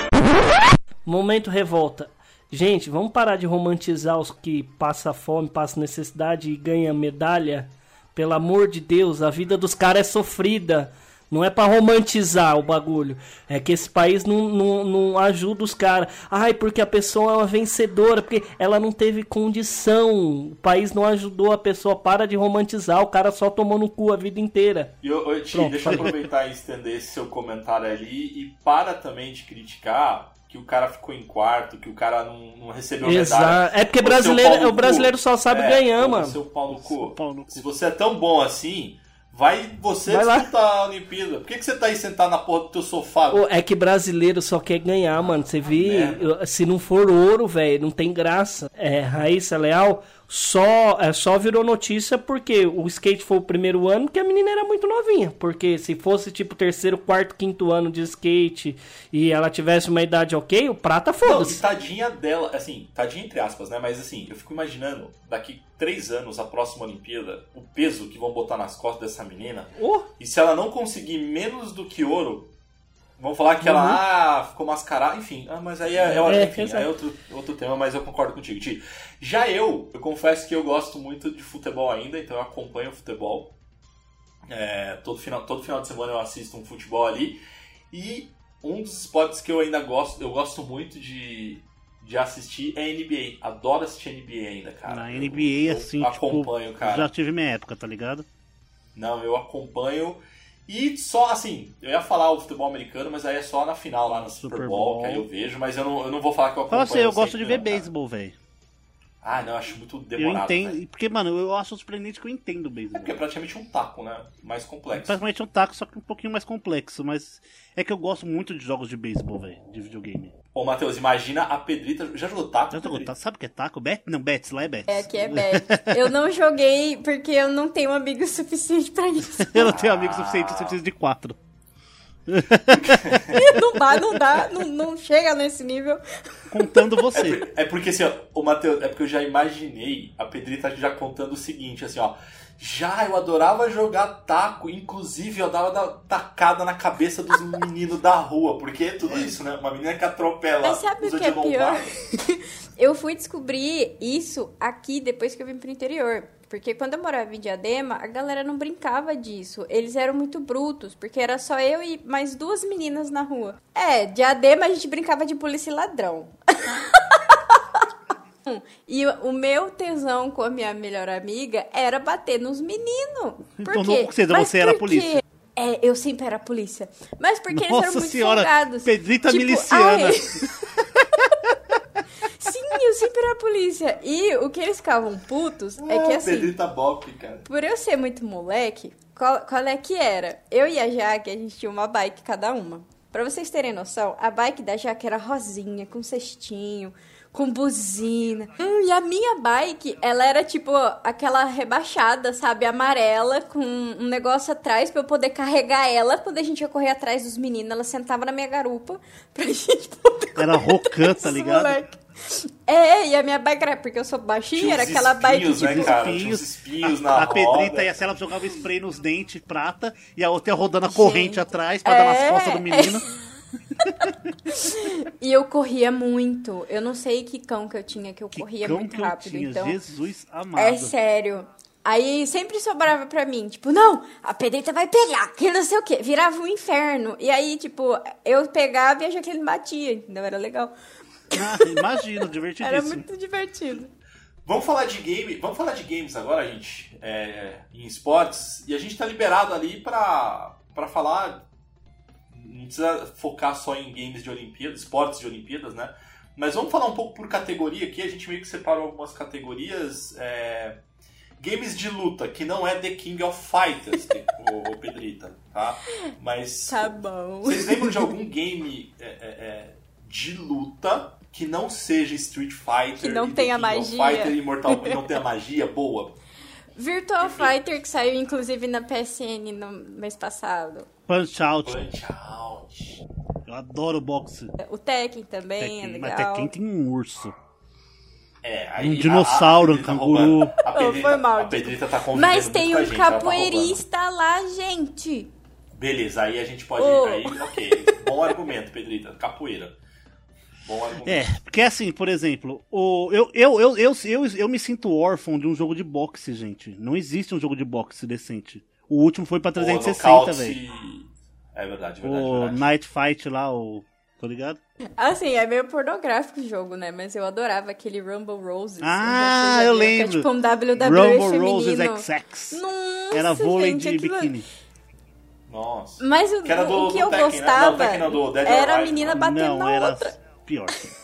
Momento revolta. Gente, vamos parar de romantizar os que passam fome, passam necessidade e ganham medalha. Pelo amor de Deus, a vida dos caras é sofrida. Não é pra romantizar o bagulho. É que esse país não, não, não ajuda os caras. Ai, porque a pessoa é uma vencedora. Porque ela não teve condição. O país não ajudou a pessoa. Para de romantizar. O cara só tomou no cu a vida inteira. E, ô, ô, Ti, deixa eu aproveitar e estender esse seu comentário ali. E para também de criticar que o cara ficou em quarto. Que o cara não, não recebeu Exato. medalha. É porque brasileiro, o brasileiro só sabe é, ganhar, mano. Seu pau no cu. Pau no cu. Se você é tão bom assim... Vai você Vai disputar a Olimpíada. Por que, que você tá aí sentado na porra do teu sofá? Pô, é que brasileiro só quer ganhar, mano. Você vê, ah, se não for ouro, velho, não tem graça. É, Raíssa Leal só, é, só virou notícia porque o skate foi o primeiro ano que a menina era muito novinha. Porque se fosse tipo terceiro, quarto, quinto ano de skate e ela tivesse uma idade ok, o prata foda-se. Não, e tadinha dela, assim, tadinha entre aspas, né? Mas assim, eu fico imaginando, daqui três anos, a próxima Olimpíada, o peso que vão botar nas costas dessa menina. Oh. E se ela não conseguir menos do que ouro, vão falar que ela, Uhum. ah, ficou mascarada, enfim. Ah, mas aí é, é, É, enfim, exato. é outro, outro tema, mas eu concordo contigo, Ti. Já eu, eu confesso que eu gosto muito de futebol ainda, então eu acompanho o futebol. É, todo, final, todo final de semana eu assisto um futebol ali. E um dos esportes que eu ainda gosto, eu gosto muito de, de assistir é N B A. Adoro assistir N B A ainda, cara. Na N B A, eu, assim, eu acompanho, tipo, cara. já tive minha época, tá ligado? Não, eu acompanho. E só, assim, eu ia falar o futebol americano, mas aí é só na final, lá no Super, Super Bowl, Bowl. que aí eu vejo, mas eu não, eu não vou falar que eu Fala acompanho. assim, eu gosto de sempre, ver não, cara. beisebol, velho. Ah, não, eu acho muito Eu demorado. entendo, velho. porque, mano, eu acho surpreendente que eu entendo É beisebol. porque é praticamente um taco, né? Mais complexo. Praticamente um taco, só que um pouquinho mais complexo, mas é que eu gosto muito de jogos de beisebol, velho, de videogame. Ô, Matheus, imagina a Pedrita. Já jogou taco? Já jogou Pedrita? taco? Sabe o que é taco? Bet? Não, Bets, lá é Bets. É, aqui é bet. Eu não joguei porque eu não tenho amigo suficiente pra isso. Eu não tenho amigo suficiente, eu preciso de quatro. Não dá, não dá, não, não chega nesse nível. Contando você. É porque assim, ó, o Matheus, é porque eu já imaginei a Pedrita já contando o seguinte, assim, ó. Já, eu adorava jogar taco, inclusive eu dava da- tacada na cabeça dos meninos da rua, porque é tudo isso, né? Uma menina que atropela. Mas sabe o usa que é de pior? lombada. Eu fui descobrir isso aqui depois que eu vim pro interior. Porque quando eu morava em Diadema, a galera não brincava disso. Eles eram muito brutos, porque era só eu e mais duas meninas na rua. É, Diadema a gente brincava de polícia e ladrão. E o o meu tesão com a minha melhor amiga era bater nos meninos. Por Então, quê? não, você, Mas você era a por quê? polícia. É, eu sempre era a polícia. Mas porque eles Nossa eram muito senhora, folgados. Pedrita Tipo, miliciana. ai. Sim, eu sempre era a polícia. E o que eles ficavam putos é que assim... Pedrita Bop, cara. Por eu ser muito moleque, qual, qual é que era? Eu e a Jaque, a gente tinha uma bike cada uma. Pra vocês terem noção, a bike da Jaque era rosinha, com cestinho, com buzina. Hum, e a minha bike, ela era tipo aquela rebaixada, sabe? Amarela, com um negócio atrás pra eu poder carregar ela. Quando a gente ia correr atrás dos meninos, ela sentava na minha garupa pra gente poder correr. Era rocã, tá ligado? Moleque. É, e a minha bike era, porque eu sou baixinha, Tinha era uns aquela bike espinhos, tipo... né, cara? Tinha uns espinhos na A Pedrita roda. e a Cela jogava spray nos dentes, prata, e a outra ia rodando a corrente Gente, atrás pra dar nas é, costas do menino. E eu corria muito. Eu não sei que cão que eu tinha, que eu Que corria cão muito que eu rápido. tinha, Então, Jesus amado. é sério. Aí sempre sobrava pra mim, tipo, não, a Pedrita vai pegar, que não sei o quê. Virava um inferno. E aí, tipo, eu pegava e achava que ele me batia, entendeu? Era legal. Ah, imagino, divertidíssimo. Era muito divertido. Vamos falar de game, vamos falar de games agora, gente, é, em esportes, e a gente tá liberado ali pra, pra falar, não precisa focar só em games de Olimpíadas, esportes de Olimpíadas, né? Mas vamos falar um pouco por categoria aqui, a gente meio que separou algumas categorias, é, games de luta, que não é The King of Fighters, o, o Pedrita, tá? Mas Tá bom. vocês lembram de algum game é, é, é, de luta que não seja Street Fighter, Que não e The tenha King of magia. Fighter e Mortal Kombat, não tenha magia boa? Virtual Fighter, que saiu inclusive na P S N no mês passado. Punch Out. Punch Out. Eu adoro boxe. O Tekken também Tekken, é mas legal. Tekken tem um urso. É, aí Um dinossauro, a, a um Pedrita canguru. roubando. A Oh, Pedrita, foi mal, a Pedrita tá convivendo Mas muito tem com a um gente, ela tá capoeirista lá, gente. roubando. Beleza, aí a gente pode... Oh. Aí, ok, bom argumento, Pedrita. Capoeira. Bom argumento. É, porque assim, por exemplo, o, eu, eu, eu, eu, eu, eu me sinto órfão de um jogo de boxe, gente. Não existe um jogo de boxe decente. O último foi pra trezentos e sessenta, velho. É verdade, verdade, O verdade. Night Fight lá, o... Tô ligado? Assim, é meio pornográfico o jogo, né? Mas eu adorava aquele Rumble Roses. Ah, já eu viu, que é lembro. tipo um W W E Rumble Roses feminino. X X. Nossa, Era vôlei gente, de aquilo- biquíni. Nossa. Mas o, Que era do- o que do eu Tekken, né? gostava Não, Tekken não, do Dead or era a Alive, menina não. batendo Não, na era outra. pior.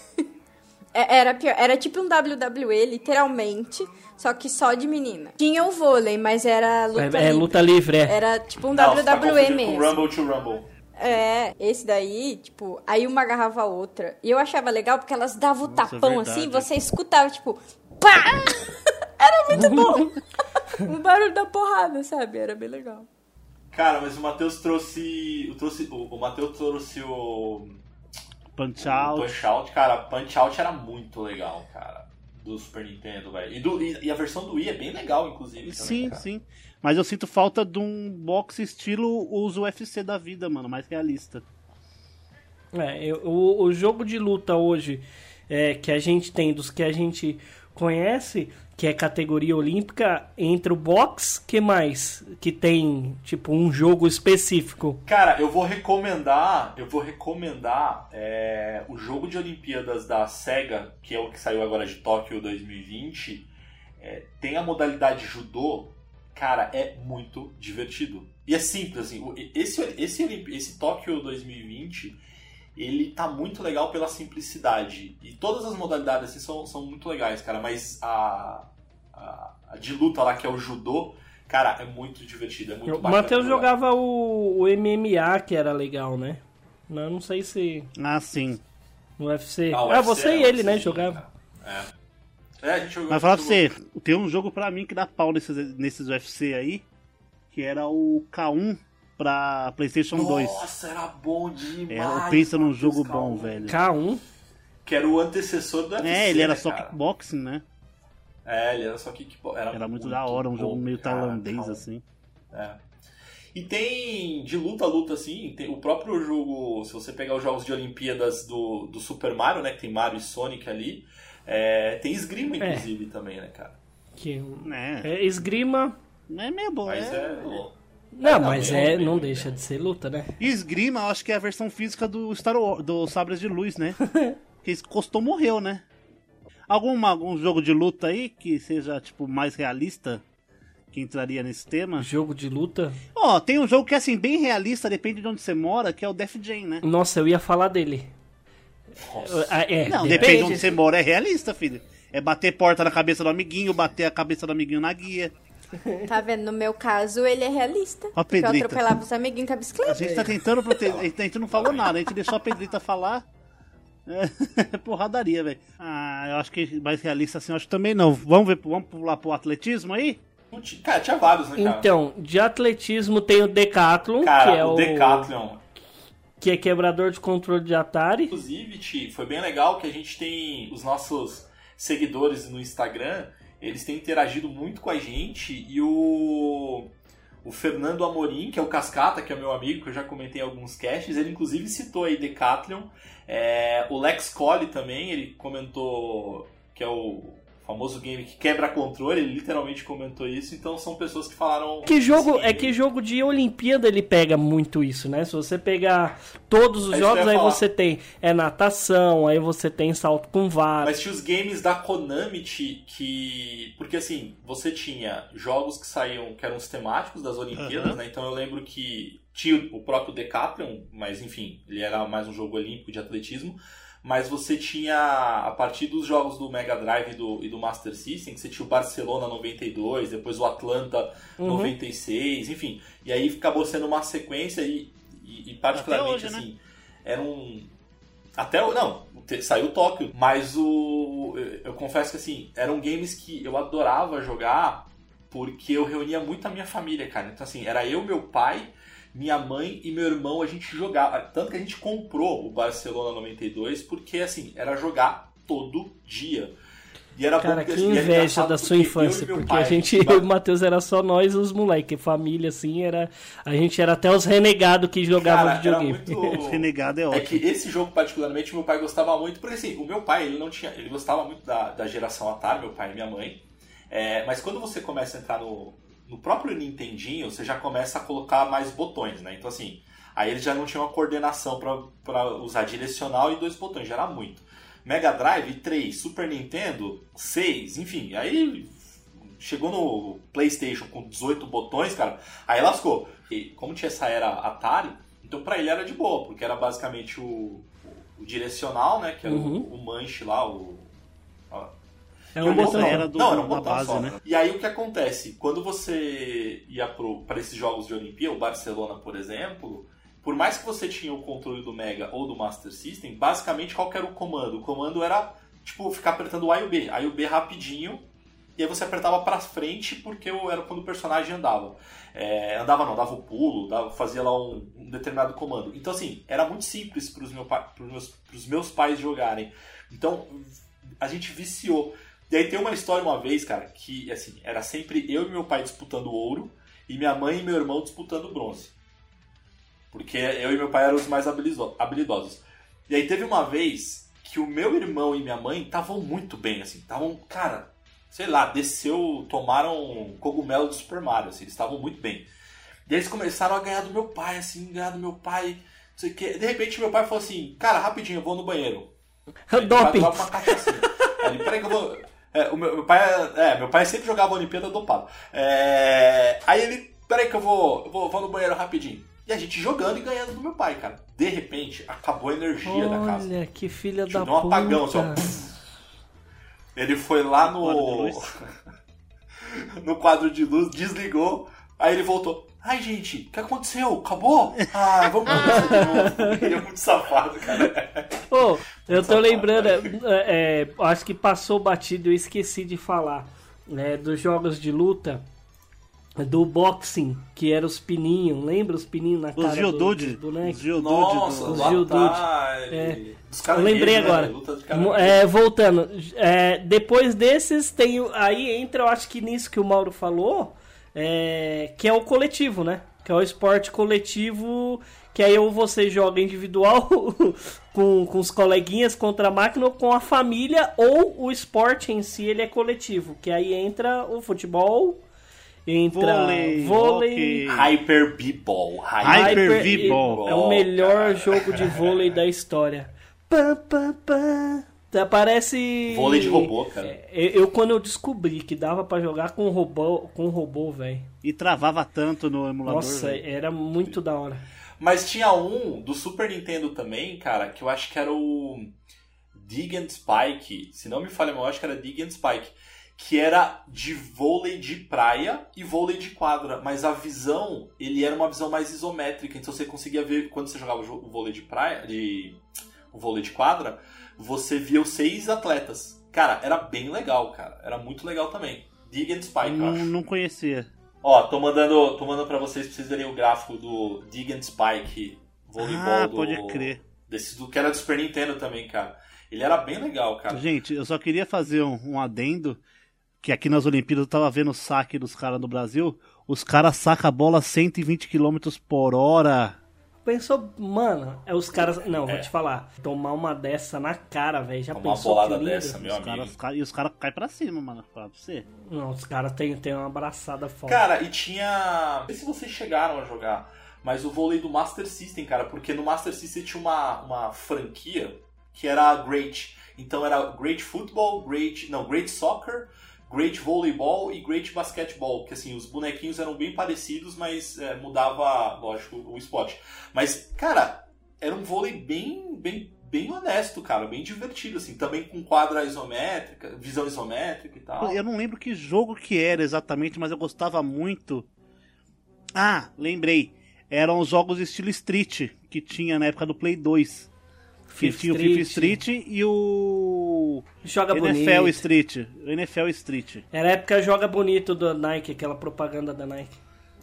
É- Era pior. Era tipo um W W E, literalmente, só que só de menina. Tinha o vôlei, mas era luta É, livre. é luta livre, é. Era tipo um Não, você tá W W E confundindo com mesmo. Rumble to Rumble. É, esse daí, tipo, aí uma agarrava a outra. E eu achava legal porque elas davam o Nossa, tapão verdade. assim, você escutava, tipo, pá! Era muito bom. O barulho da porrada, sabe? Era bem legal. Cara, mas o Matheus trouxe... O, trouxe, o, o Matheus trouxe o... Punch O Out. Punch Out, cara, Punch Out era muito legal, cara. Do Super Nintendo, velho. E, do- e- e a versão do Wii é bem legal, inclusive. Também, Sim, cara. sim. Mas eu sinto falta de um boxe estilo os U F C da vida, mano. Mais realista. É, eu- o, o jogo de luta hoje é, que a gente tem, dos que a gente conhece, que é categoria olímpica, entre o boxe, que mais? Que tem, tipo, um jogo específico. Cara, eu vou recomendar, eu vou recomendar é, o jogo de Olimpíadas da SEGA, que é o que saiu agora de Tóquio dois mil e vinte. É, tem a modalidade judô, cara, é muito divertido. E é simples, assim, o- esse, esse, Olimpi- esse Tóquio dois mil e vinte, ele tá muito legal pela simplicidade. E todas as modalidades assim, são, são muito legais, cara, mas a, a, a de luta lá, que é o judô, cara, é muito divertido, é muito O bacana Matheus de jogar. jogava o, o M M A, que era legal, né? Não, eu não sei se Ah, sim. no U F C. Ah, o Ah, U F C, você e o ele, U F C, né, jogavam. É. É, a gente jogou. Mas falar pra jogou- você, tem um jogo pra mim que dá pau nesses, nesses U F C aí, que era o K um pra PlayStation dois. Nossa, era bom demais. É, pensa num Matheus jogo Calma. bom, velho. K um. Que era o antecessor do U F C. É, ele era né, só cara? kickboxing, né? É, ele era só kickboxing. Era, Era muito da hora, um bom, jogo meio cara, tailandês, calma. assim. É. E tem de luta a luta, assim, tem o próprio jogo, se você pegar os jogos de Olimpíadas do, do Super Mario, né, que tem Mario e Sonic ali, é, tem esgrima, inclusive, também, né, cara? Que, É, é esgrima. é meio bom. Mas é... é... Não, não, mas bem, é, bem, não bem, deixa bem. de ser luta, né? E esgrima, eu acho que é a versão física do Star Wars, do Sabres de Luz, né? Que custou morreu, né? Alguma, algum jogo de luta aí que seja, tipo, mais realista? que entraria nesse tema. Jogo de luta? Ó, tem um jogo que é assim, bem realista, depende de onde você mora, que é o Def Jam, né? Nossa, eu ia falar dele. É, não, depende de onde você mora, é realista, filho. É bater porta na cabeça do amiguinho, bater a cabeça do amiguinho na guia. Tá vendo? No meu caso, ele é realista. Ó, porque eu Pedrita. atropelava os amiguinhos com a bicicleta. A gente tá tentando proteger. A gente não falou nada, a gente deixou a Pedrita falar. É porradaria, velho. Ah, eu acho que mais realista assim, eu acho que também não. Vamos ver, vamos pular pro atletismo aí? Cara, tinha vários, né, cara? Então, de atletismo tem o Decathlon, Cara, que é o o Decathlon. que é quebrador de controle de Atari. Inclusive, Ti, foi bem legal que a gente tem os nossos seguidores no Instagram, eles têm interagido muito com a gente, e o, o Fernando Amorim, que é o Cascata, que é meu amigo, que eu já comentei em alguns casts, ele inclusive citou aí Decathlon. É, o Lex Colli também, ele comentou que é o famoso game que quebra controle, ele literalmente comentou isso, então são pessoas que falaram... Que jogo, é que jogo de Olimpíada ele pega muito isso, né? Se você pegar todos os É jogos, aí falar. você tem é natação, aí você tem salto com vara. Mas tinha os games da Konami que... Porque assim, você tinha jogos que saíam, que eram os temáticos das Olimpíadas, Uhum. né? Então eu lembro que tinha o próprio Decathlon, mas enfim, ele era mais um jogo olímpico de atletismo. Mas você tinha, a partir dos jogos do Mega Drive e do, e do Master System, que você tinha o Barcelona noventa e dois, depois o Atlanta Uhum. noventa e seis, enfim. E aí acabou sendo uma sequência e, e, e particularmente Até hoje, né? assim, era um... Até o... Não, te- saiu Tóquio, mas o... Eu, eu confesso que assim, eram games que eu adorava jogar porque eu reunia muito a minha família, cara. Então assim, era eu, meu pai... Minha mãe e meu irmão, a gente jogava. Tanto que a gente comprou o Barcelona noventa e dois, porque assim, era jogar todo dia. E era Cara, bom, que e era inveja engraçado da sua porque infância, eu e meu porque pai, a gente, ba- eu e o Matheus era só nós e os moleques, família assim, era, a gente era até os renegados que jogavam Cara, era videogame. muito... Renegado é É ótimo. que esse jogo, particularmente, meu pai gostava muito, porque assim, o meu pai, ele não tinha. Ele gostava muito da, da geração Atari, meu pai e minha mãe. É, mas quando você começa a entrar no, no próprio Nintendinho, você já começa a colocar mais botões, né? Então assim, aí eles já não tinham uma coordenação pra, pra usar direcional e dois botões, já era muito. Mega Drive, três, Super Nintendo, seis, enfim, aí chegou no PlayStation com dezoito botões, cara, aí lascou. E como tinha essa era Atari, então pra ele era de boa, porque era basicamente o, o direcional, né, que era Uhum. o, o manche lá, o... É E um o botão. não, era do- não, era um da botão base, só. né? E aí o que acontece? Quando você ia para esses jogos de Olimpíada, o Barcelona, por exemplo, por mais que você tinha o controle do Mega ou do Master System, basicamente qual que era o comando? O comando era, tipo, ficar apertando o A e o B. A e o B rapidinho, e aí você apertava pra frente porque era quando o personagem andava. É, andava não, dava o pulo, dava, fazia lá um, um determinado comando. Então assim, era muito simples pros, meu, pros, meus, pros meus pais jogarem. Então a gente viciou. E aí tem uma história uma vez, cara, que assim, era sempre eu e meu pai disputando ouro e minha mãe e meu irmão disputando bronze. Porque eu e meu pai eram os mais habilido- habilidosos. E aí teve uma vez que o meu irmão e minha mãe estavam muito bem, assim. Estavam, cara, sei lá, desceu, tomaram cogumelo do Super Mario, assim. Eles estavam muito bem. E aí eles começaram a ganhar do meu pai, assim, ganhar do meu pai, não sei o quê. De repente meu pai falou assim, cara, rapidinho, eu vou no banheiro. Aí ele Doping. vai tomar uma cachaçinha. Aí ele, peraí que eu vou... É, o meu, meu pai, é, meu pai sempre jogava Olimpíada dopado. É, aí ele, peraí que eu vou, eu vou, vou no banheiro rapidinho. E a gente jogando e ganhando do meu pai, cara. De repente, acabou a energia da casa. Olha, que filha Tipo, da deu um puta. apagão, assim, ó. Ele foi lá no... Quadro de luz. no quadro de luz, desligou, aí ele voltou. Ai, gente, o que aconteceu? Acabou? Ah, vamos começar de novo. Ele é muito safado, cara. Ô, eu tô lembrando, é, é, acho que passou batido, eu esqueci de falar, né, dos jogos de luta, do boxing, que era os pininhos, lembra os pininhos na cara Os do, Geodude. dos bonecos? Os Geodude. Nossa, do- Os lá Geodude. tá, É. ele- dos Eu caranguejos, lembrei né? agora. Luta de Mo- caranguejo. é, voltando, é, depois desses tem o- aí entra, eu acho que nisso que o Mauro falou, é, que é o coletivo, né? Que é o esporte coletivo, que aí ou você joga individual com, com os coleguinhas contra a máquina ou com a família, ou o esporte em si ele é coletivo, que aí entra o futebol, entra Vôlei, vôlei, hockey. Hyper B-Ball. Hyper V-Ball. é o melhor cara. jogo de vôlei da história. Pá, pá, pá. Parece... Vôlei de robô, cara. Eu, eu quando eu descobri que dava pra jogar com robô, com robô, velho. E travava tanto no emulador. Nossa, véio. era muito da hora. Mas tinha um do Super Nintendo também, cara, que eu acho que era o Dig and Spike. Se não me falha, eu acho que era Dig and Spike. Que era de vôlei de praia e vôlei de quadra. Mas a visão, ele era uma visão mais isométrica. Então você conseguia ver, quando você jogava o vôlei de praia, de, o vôlei de quadra, você via os seis atletas. Cara, era bem legal, cara. Era muito legal também. Dig and Spike, eu não, acho. Não conhecia. Ó, tô mandando, tô mandando pra vocês, pra vocês verem o gráfico do Dig and Spike, voleibol ah, do... pode crer. Desse, do, que era do Super Nintendo também, cara. Ele era bem legal, cara. Gente, eu só queria fazer um, um adendo, que aqui nas Olimpíadas eu tava vendo o saque dos caras do Brasil, os caras sacam a bola a cento e vinte quilômetros por hora. Pensou, mano, é os caras... Não, É. vou te falar. Tomar uma dessa na cara, velho. Já Tomar uma pensou bolada que lindo? dessa, meu Os amigo. caras, os caras- e os caras caem pra cima, mano. Pra você. Não, os caras têm tem uma abraçada foda. Cara, e tinha... Não sei se vocês chegaram a jogar, mas o vôlei do Master System, cara, porque no Master System tinha uma, uma franquia que era a Great. Então era Great Football, Great... Não, Great Soccer, Great Volleyball e Great Basketball. Que assim, os bonequinhos eram bem parecidos, mas é, mudava, lógico, o esporte. Mas, cara, era um vôlei bem, bem, bem honesto, cara. Bem divertido, assim. Também com quadra isométrica, visão isométrica e tal. Eu não lembro que jogo que era exatamente, mas eu gostava muito. Ah, lembrei. Eram os jogos estilo Street, que tinha na época do Play dois. Que Fifth tinha o FIFA Street e o Joga N F L bonito. Street. O N F L Street. Era a época Joga Bonito da Nike, aquela propaganda da Nike.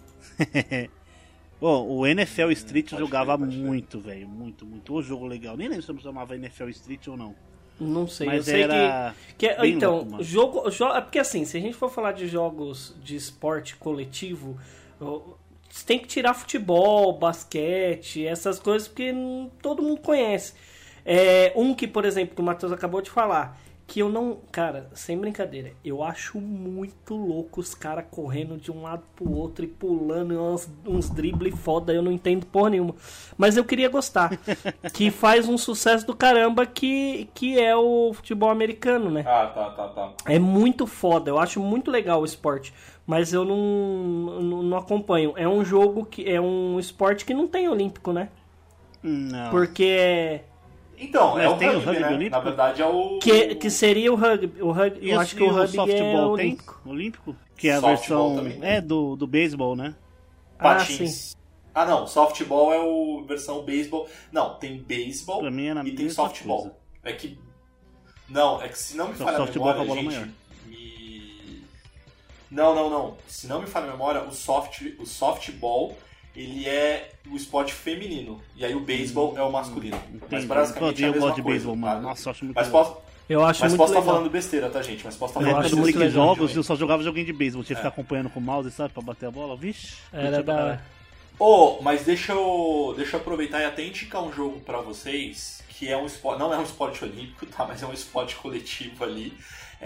Bom, o N F L Street eu Pode jogava crer, pode crer. muito, velho. Muito, muito. O jogo legal. Nem lembro se eu chamava N F L Street ou não. Não sei, Mas eu sei era que... que bem então, louco, mano. jogo, jo- é porque assim, se a gente for falar de jogos de esporte coletivo, eu- você tem que tirar futebol, basquete, essas coisas, porque hum, todo mundo conhece. É, um que, por exemplo, que o Matheus acabou de falar, que eu não... Cara, sem brincadeira, eu acho muito louco os caras correndo de um lado pro outro e pulando uns, uns dribles foda, eu não entendo porra nenhuma. Mas eu queria gostar. Que faz um sucesso do caramba, que, que é o futebol americano, né? Ah, tá, tá, tá. É muito foda, eu acho muito legal o esporte, mas eu não, não, não acompanho. É um jogo que é um esporte que não tem olímpico, né? Não. Porque é... Então, Mas é o tem o rugby, rugby né? olímpico? Na verdade é o... Que, que seria o rugby. O rugby E eu o- acho que e o rugby é tem? olímpico. Olímpico? Que é a Softball versão também. é do, do beisebol, né? Ah, Patins. sim. Ah, não. Softball é o versão beisebol. Não, tem beisebol Pra mim era a e tem mesma softball. coisa. É que... Não, é que se não me Só falha a softball memória, com a bola gente... maior. Me... Não, não, não. Se não me falha a memória, o, soft, o softball, ele é o esporte feminino. E aí o beisebol é o masculino. Mas Entendi. basicamente é a eu mesma gosto de coisa, beisebol, tá? mano. Nossa, eu acho muito Mas legal. posso, Eu acho mas muito posso estar legal. falando besteira, tá, gente? Mas posso estar Eu Na falando acho época do muito besteira. Moleque legal. Jogos, eu só jogava joguinho de beisebol. Tinha que É. ficar acompanhando com o mouse, sabe? Pra bater a bola. Vixe. Era da hora. Ô, mas deixa eu, deixa eu aproveitar e até indicar um jogo pra vocês, que é um esporte, não é um esporte olímpico, tá? Mas é um esporte coletivo ali.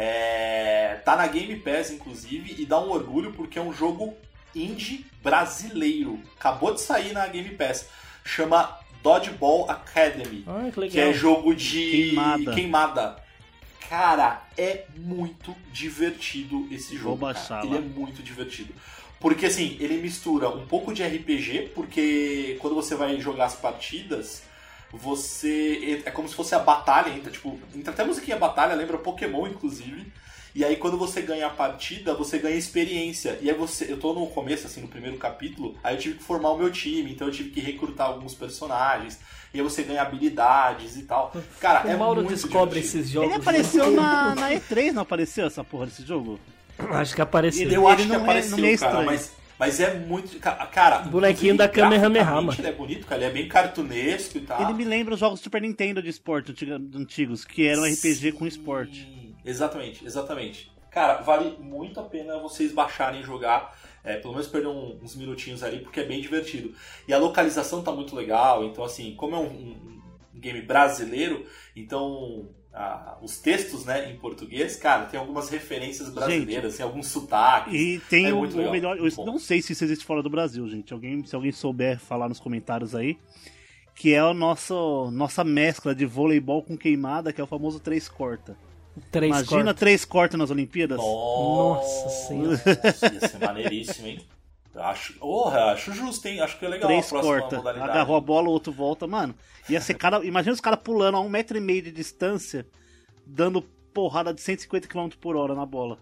É, tá na Game Pass, inclusive, e dá um orgulho porque é um jogo indie brasileiro. Acabou de sair na Game Pass. Chama Dodgeball Academy. Ah, que legal. Que é jogo de Queimada. queimada. Cara, é muito divertido esse Vou jogo. baixar cara. lá. Ele é muito divertido. Porque assim, ele mistura um pouco de R P G, porque quando você vai jogar as partidas, você. É como se fosse a batalha, entra, tipo, entra até musiquinha batalha, lembra Pokémon, inclusive. E aí quando você ganha a partida, você ganha experiência. E aí você. Eu tô no começo, assim, no primeiro capítulo, aí eu tive que formar o meu time, então eu tive que recrutar alguns personagens. E aí você ganha habilidades e tal. Cara, O é Mauro muito descobre divertido. esses jogos. Ele apareceu na, na E três, não apareceu essa porra desse jogo? Acho que apareceu. Eu Ele acho que não é- apareceu, não é cara, estranho. mas, mas é muito... ca- Cara, Bonequinho inclusive, da Kamehameha, graficamente mano. Ele é bonito, cara. Ele é bem cartunesco e tal. Ele me lembra os jogos Super Nintendo de esporte antiga- antigos, que eram R P G com esporte. Sim, Exatamente, exatamente. Cara, vale muito a pena vocês baixarem e jogar. É, pelo menos perder um- uns minutinhos ali, porque é bem divertido. E a localização tá muito legal. Então, assim, como é um, um- um game brasileiro, então... ah, os textos, né, em português, cara, tem algumas referências brasileiras, tem alguns sotaques. E tem É o, muito o legal, melhor. Eu muito bom. não sei se isso existe fora do Brasil, gente. Alguém, se alguém souber falar nos comentários aí. que é a nosso, nossa mescla de voleibol com queimada, que é o famoso três corta. Três Imagina corta. três corta nas Olimpíadas? Nossa Senhora. Nossa, ia ser maneiríssimo, hein? Acho, oh, acho justo, hein? Acho que é legal Três a próxima corta. modalidade. Agarrou a bola, o outro volta. Mano, ia ser cara... Imagina os caras pulando a um metro e meio de distância, dando porrada de cento e cinquenta quilômetros por hora na bola.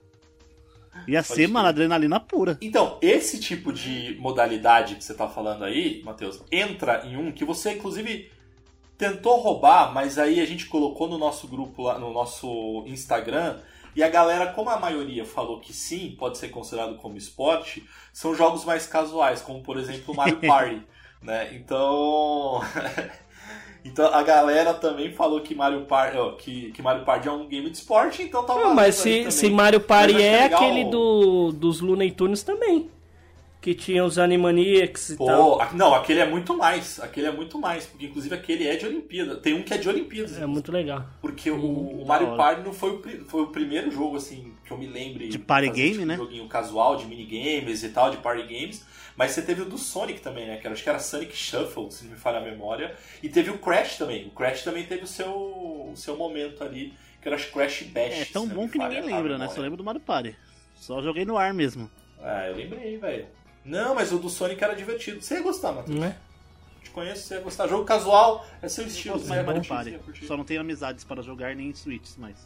Ia Pode ser, ser. mano, adrenalina pura. Então, esse tipo de modalidade que você tá falando aí, Matheus, entra em um que você, inclusive, tentou roubar, mas aí a gente colocou no nosso grupo, lá no nosso Instagram, e a galera, como a maioria falou que sim, pode ser considerado como esporte, são jogos mais casuais, como, por exemplo, o Mario Party, né? Então... Então a galera também falou que Mario Party, ó, que, que Mario Party é um game de esporte, então tá Não, valendo mas aí se, também. se Mario Party Mas acho que é legal- aquele do, dos Looney Tunes também. Que tinha os Animaniacs e Pô, tal. a- não, aquele é muito mais. Aquele é muito mais, porque inclusive aquele é de Olimpíada. Tem um que é de Olimpíadas. É muito legal. Porque o, o da Mario hora. Party não foi o, pri- foi o primeiro jogo, assim, que eu me lembre. De party fazer, game, tipo, né? Um joguinho casual, de minigames e tal, de party games. Mas você teve o do Sonic também, né? Que era, acho que era Sonic Shuffle, se não me falha a memória. E teve o Crash também. O Crash também teve o seu, o seu momento ali, que era acho, Crash Bash. É tão se não bom me que falha ninguém a lembra, né? memória. Só lembro do Mario Party. Só joguei no ar mesmo. Ah, eu lembrei, velho. Não, mas o do Sonic era divertido. Você ia gostar, Matheus. Não é? Te conheço, você ia gostar. Jogo casual, é seu estilo. Eu Você gosto ia mais curtir, de Mario você Party. ia curtir. Só não tenho amizades para jogar nem Switches, mas...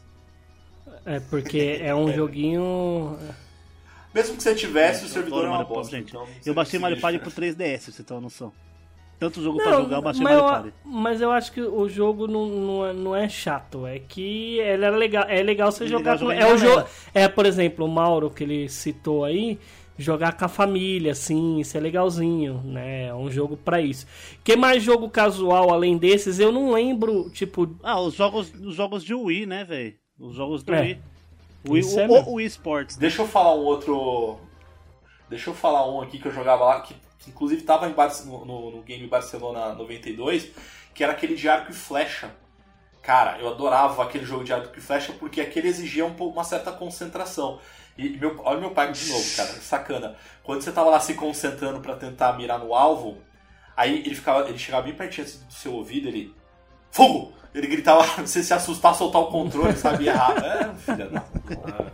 É porque é um joguinho... Mesmo que você tivesse, o Eu servidor é adoro uma Mario Party, bosta. gente. Então você Eu baixei não Mario Party conseguia pro três D S, pra você ter uma noção. Tanto jogo Não, pra jogar, eu baixei mas, Mario eu, Party. mas eu acho que o jogo não, não, é, não é chato. É que ele era legal, é legal você É jogar legal com... jogar em É, o galera. jogo, é, por exemplo, o Mauro, que ele citou aí... Jogar com a família, assim, isso é legalzinho, né? É um jogo pra isso. Que mais jogo casual além desses? Eu não lembro, tipo... Ah, os jogos, os jogos de Wii, né, velho? Os jogos do É. Wii. O Wii, Isso é o, mesmo. o Wii Sports. né? Deixa eu falar um outro. Deixa eu falar um aqui que eu jogava lá, que, que inclusive tava em Barce- no, no, no game Barcelona noventa e dois, que era aquele de arco e flecha. Cara, eu adorava aquele jogo de arco e flecha porque aquele exigia um pouco, uma certa concentração. E meu, olha meu pai de novo, cara, sacana. Quando você tava lá se concentrando pra tentar mirar no alvo, aí ele ficava, ele chegava bem pertinho assim do seu ouvido, ele fogo! Ele gritava, você se assustar, soltar o controle, sabia errar. É, filha da puta,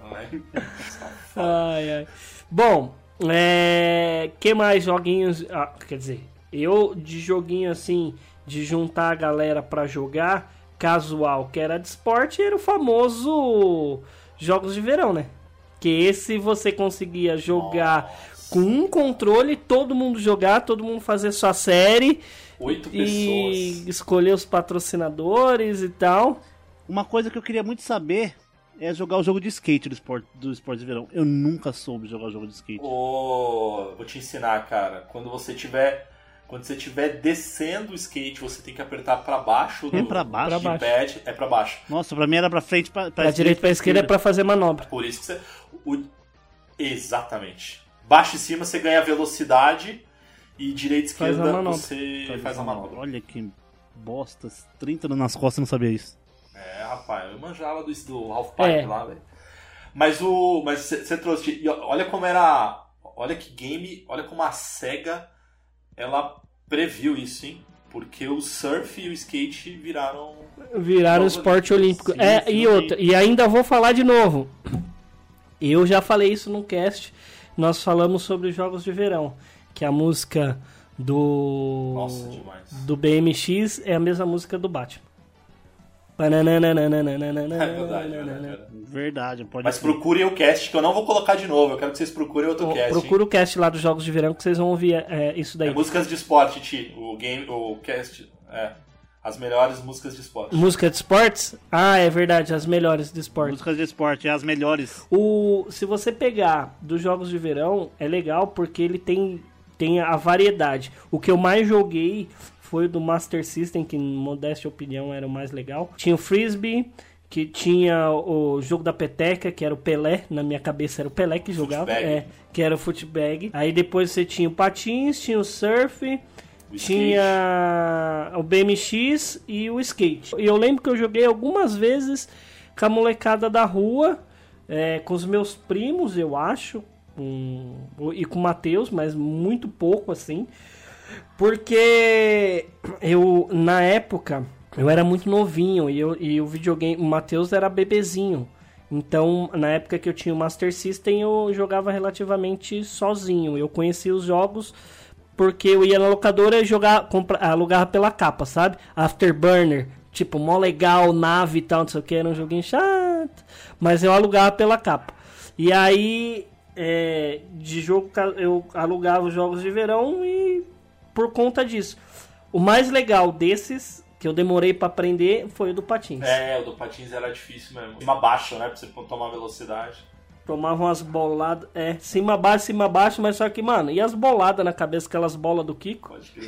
Ai, ai. Bom, é... que mais joguinhos... Ah, quer dizer, eu de joguinho assim, de juntar a galera pra jogar, casual, que era de esporte, era o famoso jogos de verão, né? Que esse você conseguia jogar com um controle, todo mundo jogar, todo mundo fazer sua série Oito e pessoas. escolher os patrocinadores e tal. Uma coisa que eu queria muito saber é jogar o jogo de skate do esporte, do esporte de verão. Eu nunca soube jogar o jogo de skate. Ô, vou te ensinar, cara. Quando você tiver, quando você tiver descendo o skate, você tem que apertar pra baixo do É pra baixo? Pra D-pad. É pra baixo. Nossa, pra mim era pra frente, pra, pra Pra direita e pra esquerda é pra fazer manobra. Por isso que você, o- exatamente. Baixo e cima você ganha velocidade e direita e Faz a esquerda manobra. você faz a manobra. Olha que bosta, trinta anos nas costas, eu não sabia isso. É, rapaz, eu manjava do, do Half Pipe É. lá, velho. Mas o. Mas você trouxe. E olha como era. Olha que game. Olha como a SEGA ela previu isso, hein? Porque o surf e o skate viraram. Viraram Jogos esporte olímpicos. olímpico. Sim, É, sim, e sim. outra, e ainda vou falar de novo. Eu já falei isso no cast. Nós falamos sobre os jogos de verão. Que a música do. Nossa, demais. do B M X é a mesma música do Batman. É verdade, É verdade. Verdade, pode Mas ser. procurem o cast que eu não vou colocar de novo. Eu quero que vocês procurem outro cast. hein? Procura o cast lá dos jogos de verão que vocês vão ouvir é, isso daí. É músicas de esporte, Ti. O game. O cast. É. As melhores músicas de esporte. Música de esportes? Ah, é verdade, as melhores de esporte. Músicas de esporte, é as melhores. O, se você pegar dos jogos de verão, é legal porque ele tem, tem a variedade. O que eu mais joguei foi o do Master System, que, em modéstia opinião, era o mais legal. Tinha o Frisbee, que tinha o jogo da peteca, que era o Pelé. Na minha cabeça era o Pelé que jogava. Footbag. É, que era o Footbag. Aí depois você tinha o Patins, tinha o Surf... O skate. Tinha o B M X e o skate. E eu lembro que eu joguei algumas vezes com a molecada da rua, é, com os meus primos, eu acho, um, e com o Matheus, mas muito pouco assim. Porque eu, na época, eu era muito novinho e, eu, e o videogame, o Matheus era bebezinho. Então, na época que eu tinha o Master System, eu jogava relativamente sozinho. Eu conhecia os jogos porque eu ia na locadora e jogar, compra, alugava pela capa, sabe? Afterburner, tipo, mó legal, nave e tal, não sei o que, era um joguinho chato. Mas eu alugava pela capa. E aí, é, de jogo, eu alugava os jogos de verão e por conta disso. O mais legal desses, que eu demorei pra aprender, foi o do Patins. É, o do Patins era difícil mesmo. Cima baixo, né? Pra você tomar velocidade. Tomava umas boladas, é, cima baixo, cima baixo, mas só que, mano, e as boladas na cabeça, aquelas bolas do Kiko? Pode crer.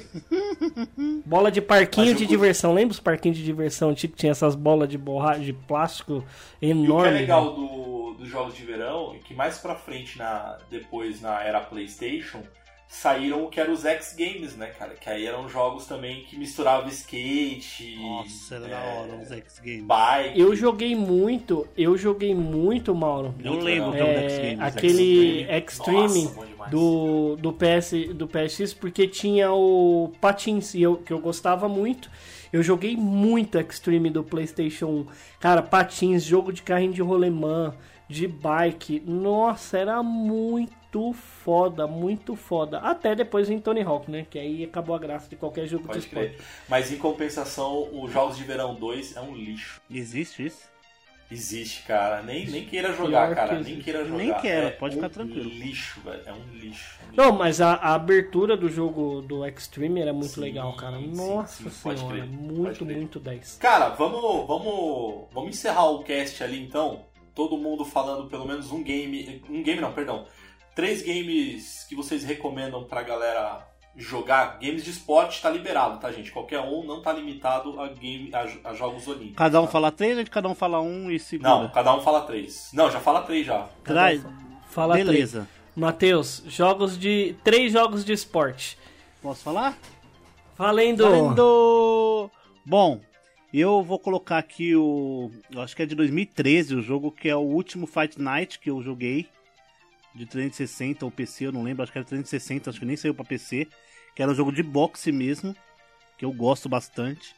Bola de parquinho Mas de eu- diversão, lembra os parquinhos de diversão antigos que tinha essas bolas de borracha, de plástico E o que é enormes? legal do, dos jogos de verão é que mais pra frente, na, depois na era PlayStation, saíram o que eram os X-Games, né, cara? Que aí eram jogos também que misturavam skate, Nossa, era da é, hora os X-Games. bike. Eu joguei muito, eu joguei muito, Mauro. Eu Muito lembro legal. do É, X-Games. aquele Nossa, Extreme bom demais. do, do, P S, do P S X, porque tinha o Patins, e eu, que eu gostava muito. Eu joguei muito Extreme do PlayStation um. Cara, Patins, jogo de carrinho de rolemã, de bike. Nossa, era muito foda, muito foda. Até depois em Tony Hawk, né? Que aí acabou a graça de qualquer jogo de Pode esporte. crer. Mas em compensação, os Jogos de Verão dois é um lixo. Existe isso? Existe, cara. Nem, nem queira jogar, Pior cara. que Nem existe. queira jogar. Nem quero, É pode um ficar tranquilo. lixo, velho. É um lixo. Não, mas a, a abertura do jogo do Extreme era muito Sim, legal, cara. sim, Nossa sim, pode senhora, crer, muito, pode crer. muito dez. Cara, vamos, vamos, vamos encerrar o cast ali então. Todo mundo falando pelo menos um game. Um game não, perdão. Três games que vocês recomendam pra galera jogar. Games de esporte tá liberado, tá, gente? Qualquer um, não tá limitado a, game, a, a jogos olímpicos. Cada um tá? fala três, ou cada um fala um e segura? Não, cada um fala três. Não, já fala três já. Traz. Fala três. Beleza. Matheus, jogos de. Três jogos de esporte. Posso falar? Valendo! Valendo! Bom, eu vou colocar aqui o... Eu acho que é de dois mil e treze o jogo, que é o último Fight Night que eu joguei. De trezentos e sessenta ou P C, eu não lembro. Acho que era trezentos e sessenta, acho que nem saiu pra P C. Que era um jogo de boxe mesmo. Que eu gosto bastante.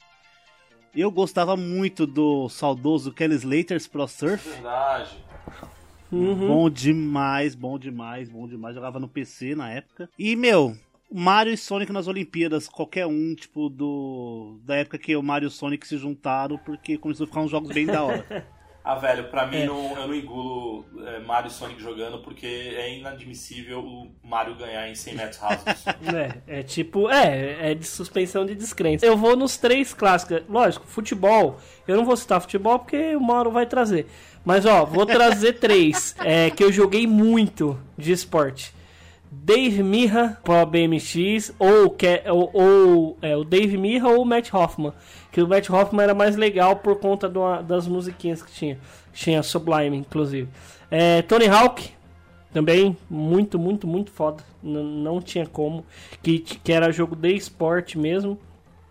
Eu gostava muito do saudoso Kelly Slater's Pro Surf. Verdade. Uhum. Bom demais, bom demais, bom demais. Jogava no P C na época. E, meu, Mario e Sonic nas Olimpíadas. Qualquer um, tipo, do da época que o Mario e o Sonic se juntaram, porque começou a ficar uns jogos bem da hora. Ah, velho, pra mim É. não, eu não engulo é, Mario e Sonic jogando porque é inadmissível o Mario ganhar em cem metros rasos. É, é tipo, é, é de suspensão de descrença. Eu vou nos três clássicos. Lógico, futebol. Eu não vou citar futebol porque o Mauro vai trazer. Mas ó, vou trazer três é, que eu joguei muito de esporte. Dave Mirra Pro B M X ou, que, ou, ou é, o Dave Mirra ou o Matt Hoffman. Que o Matt Hoffman era mais legal por conta do, das musiquinhas que tinha. Tinha Sublime, inclusive. É, Tony Hawk, também muito, muito, muito foda. N- não tinha como. Que, que era jogo de esporte mesmo.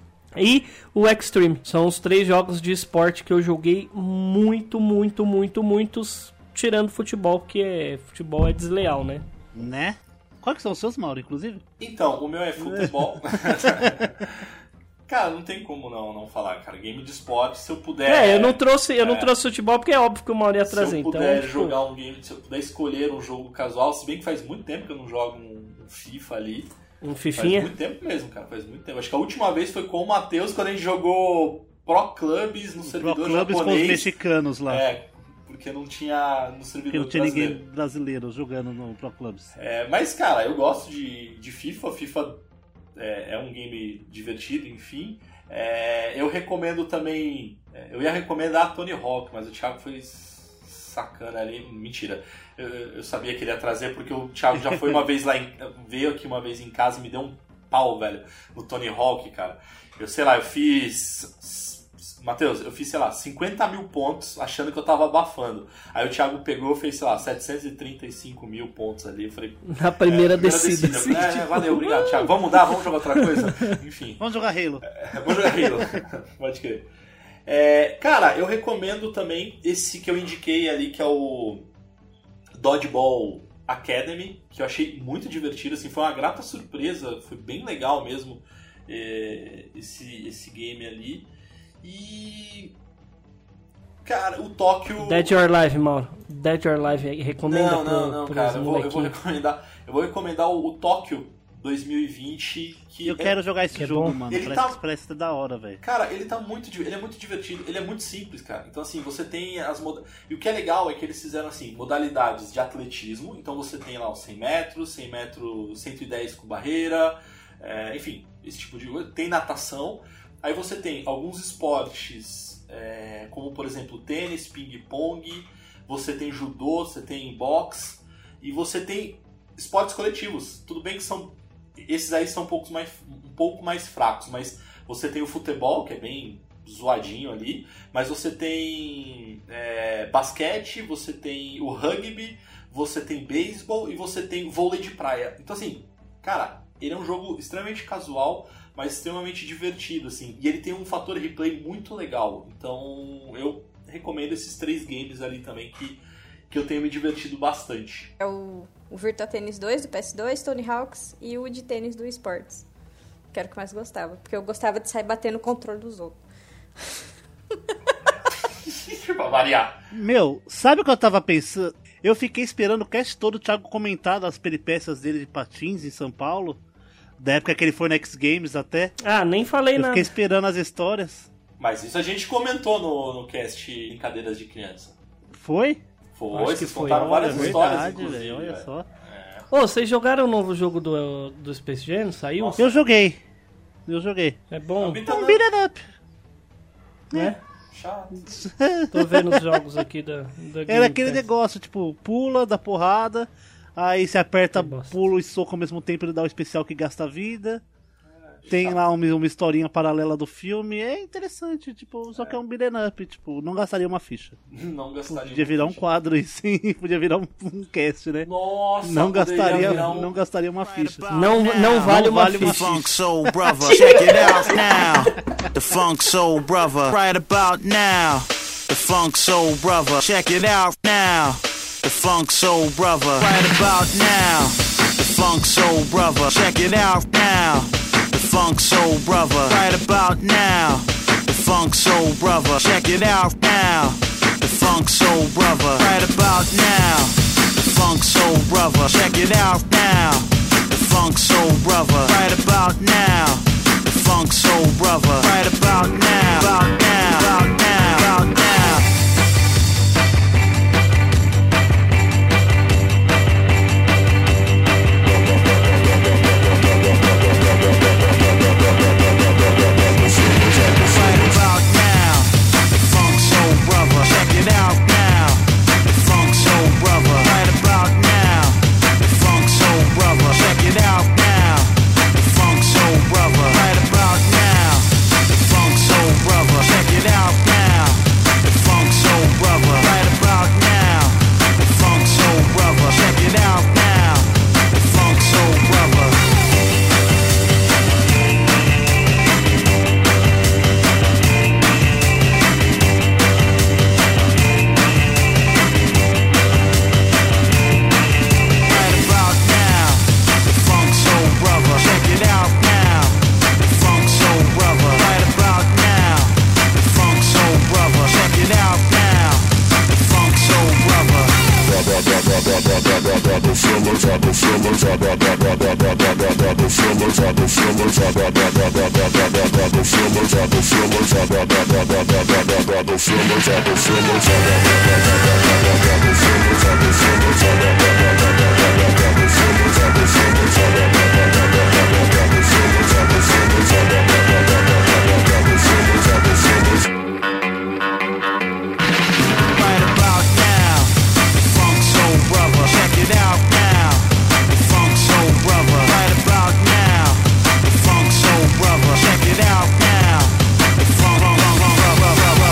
E o Extreme. São os três jogos de esporte que eu joguei muito, muito, muito, muitos. Tirando futebol, porque é, futebol é desleal, né? Né? Qual que são os seus, Mauro, inclusive? Então, o meu é futebol. Cara, não tem como não, não falar, cara. Game de esporte, se eu puder... É, eu não trouxe, eu não é. trouxe futebol porque é óbvio que o Mauro ia Se trazer. eu Então, puder tipo, jogar um game, se eu puder escolher um jogo casual, se bem que faz muito tempo que eu não jogo um, um FIFA ali. um Faz fifinha. muito tempo mesmo, cara, faz muito tempo. Acho que a última vez foi com o Matheus, quando a gente jogou Pro Clubs no Pro servidor Clubs com os japonês. mexicanos lá. É, porque não tinha no servidor Porque não tinha brasileiro. ninguém brasileiro jogando no Pro Clubs. É, mas, cara, eu gosto de, de FIFA. FIFA é, é um game divertido, enfim. É, eu recomendo também... é, eu ia recomendar Tony Hawk, mas o Thiago foi sacana ali. Mentira. Eu, eu sabia que ele ia trazer, porque o Thiago já foi uma vez lá, em, veio aqui uma vez em casa e me deu um pau, velho, no Tony Hawk, cara. Eu sei lá, eu fiz... Matheus, eu fiz, sei lá, cinquenta mil pontos achando que eu tava abafando. Aí o Thiago pegou e fez, sei lá, setecentos e trinta e cinco mil pontos ali. Eu falei... Na primeira é, descida. Eu assim, falei, é, tipo, valeu, obrigado, Thiago. Vamos mudar, vamos jogar outra coisa? Enfim, Vamos jogar Halo. vamos jogar Halo. Pode crer. É, cara, eu recomendo também esse que eu indiquei ali, que é o Dodgeball Academy, que eu achei muito divertido, assim, foi uma grata surpresa, foi bem legal mesmo é, esse, esse game ali. E... Cara, o Tóquio... Dead or Alive, Mauro. Dead or Alive, recomenda Não, não, pro, não, pros cara, eu vou, eu vou molequinhos. recomendar, eu vou recomendar o, o Tóquio dois mil e vinte, que Eu é- quero jogar esse que é jogo, bom. mano. Ele Parece, tá- parece da hora, velho. Cara, ele tá muito, di- ele é muito divertido, ele é muito simples, cara. Então assim, você tem as moda... E o que é legal é que eles fizeram assim, modalidades de atletismo. Então você tem lá os cem metros, cem metros, cento e dez com barreira, é, enfim, esse tipo de coisa. Tem natação. Aí você tem alguns esportes, é, como por exemplo tênis, ping-pong. Você tem judô, você tem boxe. E você tem esportes coletivos. Tudo bem que são... Esses aí são um pouco mais, um pouco mais fracos, mas você tem o futebol, que é bem zoadinho ali, mas você tem é, basquete, você tem o rugby, você tem beisebol e você tem vôlei de praia. Então assim, cara, ele é um jogo extremamente casual, mas extremamente divertido, assim, e ele tem um fator replay muito legal. Então eu recomendo esses três games ali também que, que eu tenho me divertido bastante. É o, o Virtua Tennis dois do P S dois, Tony Hawks e o de tênis do Sports. Que era o que eu mais gostava, porque eu gostava de sair batendo o controle dos outros. Pra variar. Meu, sabe o que eu tava pensando? Eu fiquei esperando o cast todo o Thiago comentar das peripécias dele de patins em São Paulo. Da época que ele foi no X Games até. Ah, nem falei Eu nada. fiquei esperando as histórias. Mas isso a gente comentou no, no cast Brincadeiras de Criança. Foi? Foi, Acho que vocês foi. contaram várias É histórias, verdade, inclusive. velho. Olha velho. só. Ô, vocês jogaram o novo jogo do, do Space Jam? Saiu? Nossa. Eu joguei. Eu joguei. É bom, Beat'em Um up, beat it up. né? chato. Tô vendo os jogos aqui da, da Era Game aquele Pass. negócio, tipo, pula, dá porrada, aí você aperta Que bosta. pulo e soco ao mesmo tempo, ele dá o especial que gasta vida. Tem lá uma, uma historinha paralela do filme, é interessante, tipo, só que é um beat'em up, tipo, não gastaria uma ficha. Não gastaria. Podia virar um quadro e sim, podia virar um, um cast, né? Nossa, Não poderia gastaria, virar um- não gastaria uma ficha. assim. Não, não vale Não uma vale uma ficha. Funk Soul Brother, check it out now. The Funk Soul Brother, right about now. The Funk Soul Brother, check it out now. The Funk Soul Brother, right about now. The Funk Soul Brother, check it out now. The Funk Soul Brother, right about now. The Funk Soul Brother, check it out now. The Funk Soul Brother, right about now. The Funk Soul Brother, check it out now. The Funk Soul Brother, right about now. The Funk Soul Brother, right about now. About now, about now, about now. Right about now, the Funk Soul Brother, check it out now. The Funk Soul Brother, right about now. The Funk Soul Brother, check it out now. The Funk Soul Brother, right about now. The Funk Soul Brother, check it out now. The Funk Soul Brother, right about now. The Funk Soul Brother, check it out now. The Funk Soul Brother. Right about now, the Funk Soul Brother, check it out now. The Funk Soul Brother, right about now. The Funk Soul Brother, check it out now. The Funk Soul Brother. Right about now, the Funk Soul Brother, check it out now. The Funk Soul Brother, right about now. The Funk Soul Brother, check it out now. The Funk Brother.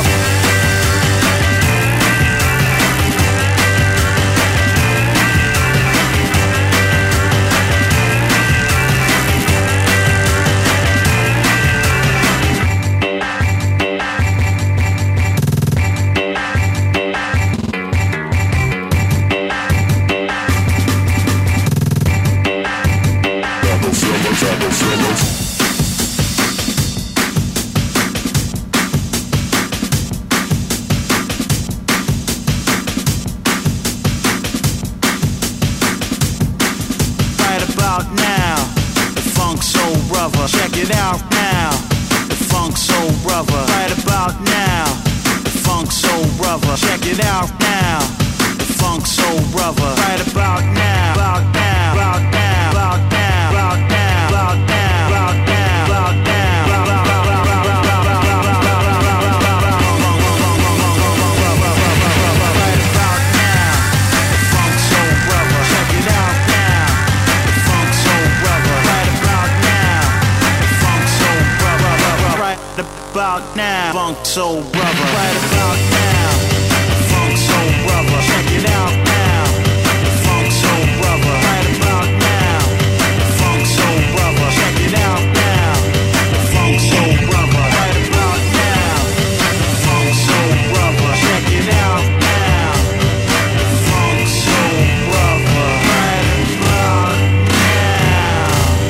Check it out now, the Funk Soul Brother. Right about now, the Funk Soul Brother. Check it out now, the Funk Soul Brother. Right about now, about now, about now, about now, about now, about now, about now, about now. Right about now, the Funk Soul Brother. Check it out now, the Funk Soul Brother. Right about now. Right about now, Funk Soul Brother. Right about now, Funk Soul Brother. Check it out now, Funk Soul Brother. Right about now, Funk Soul Brother. Check it out now, Funk Soul Brother. Right about now, Funk Soul Brother. Check it out now, Funk Soul Brother. Right about now.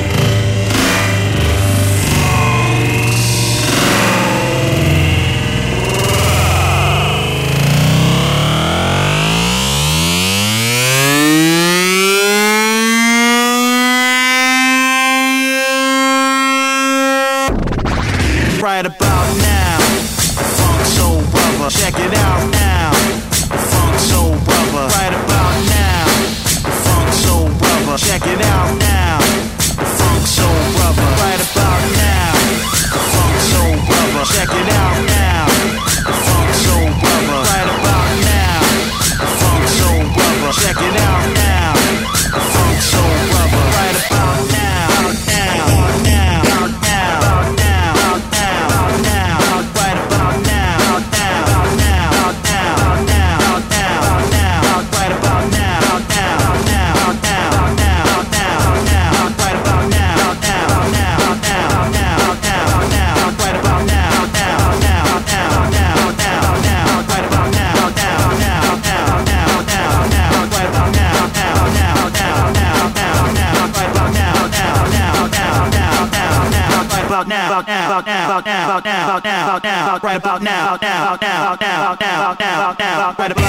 Right about now, Funk Soul Brother. Check it out now, Funk Soul Brother. Right about now, Funk Soul Brother. Check it out now, Funk Soul Brother. Right about now, Funk Soul Brother. Check it out now, Funk Soul Brother. Right about now, Funk Soul Brother. Check it out now, Funk Soul Brother. Right about now, out now, out now, out now, out now, out now, out now, out right about now, out now, out now, out now, out now, out now, out now, out right about now, out now, out now, out now, out now, out now, out now, out right about now, out now, out now, out now, out now, out now, out now, out right about now, out now, out now, out now, out now, out now, out now, out right about now, out now, out now, out now, out now, out now, out now, out right about now, out now, out now, out now, out now, out now, out now, out right about now, out now, out now, out now, out now, out now, out now, out right about now, out now, out now, out now, out now, out now, out now, out right about now, out now, out now, out now, out now, out now, out now, out right about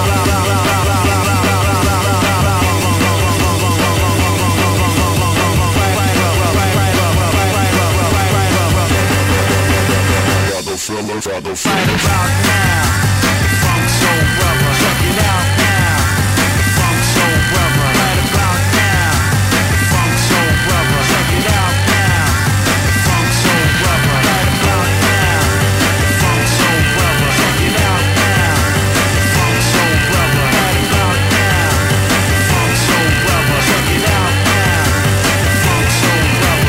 right about now, Funk Soul Brother. Check it out now, Funk Soul Brother. Right about now, Funk Soul Brother. Check it out now, Funk Soul Brother. Right about now, Funk Soul Brother. Check it out now, Funk Soul Brother. Right about now, Funk Soul Brother. Check it out now, Funk Soul Brother.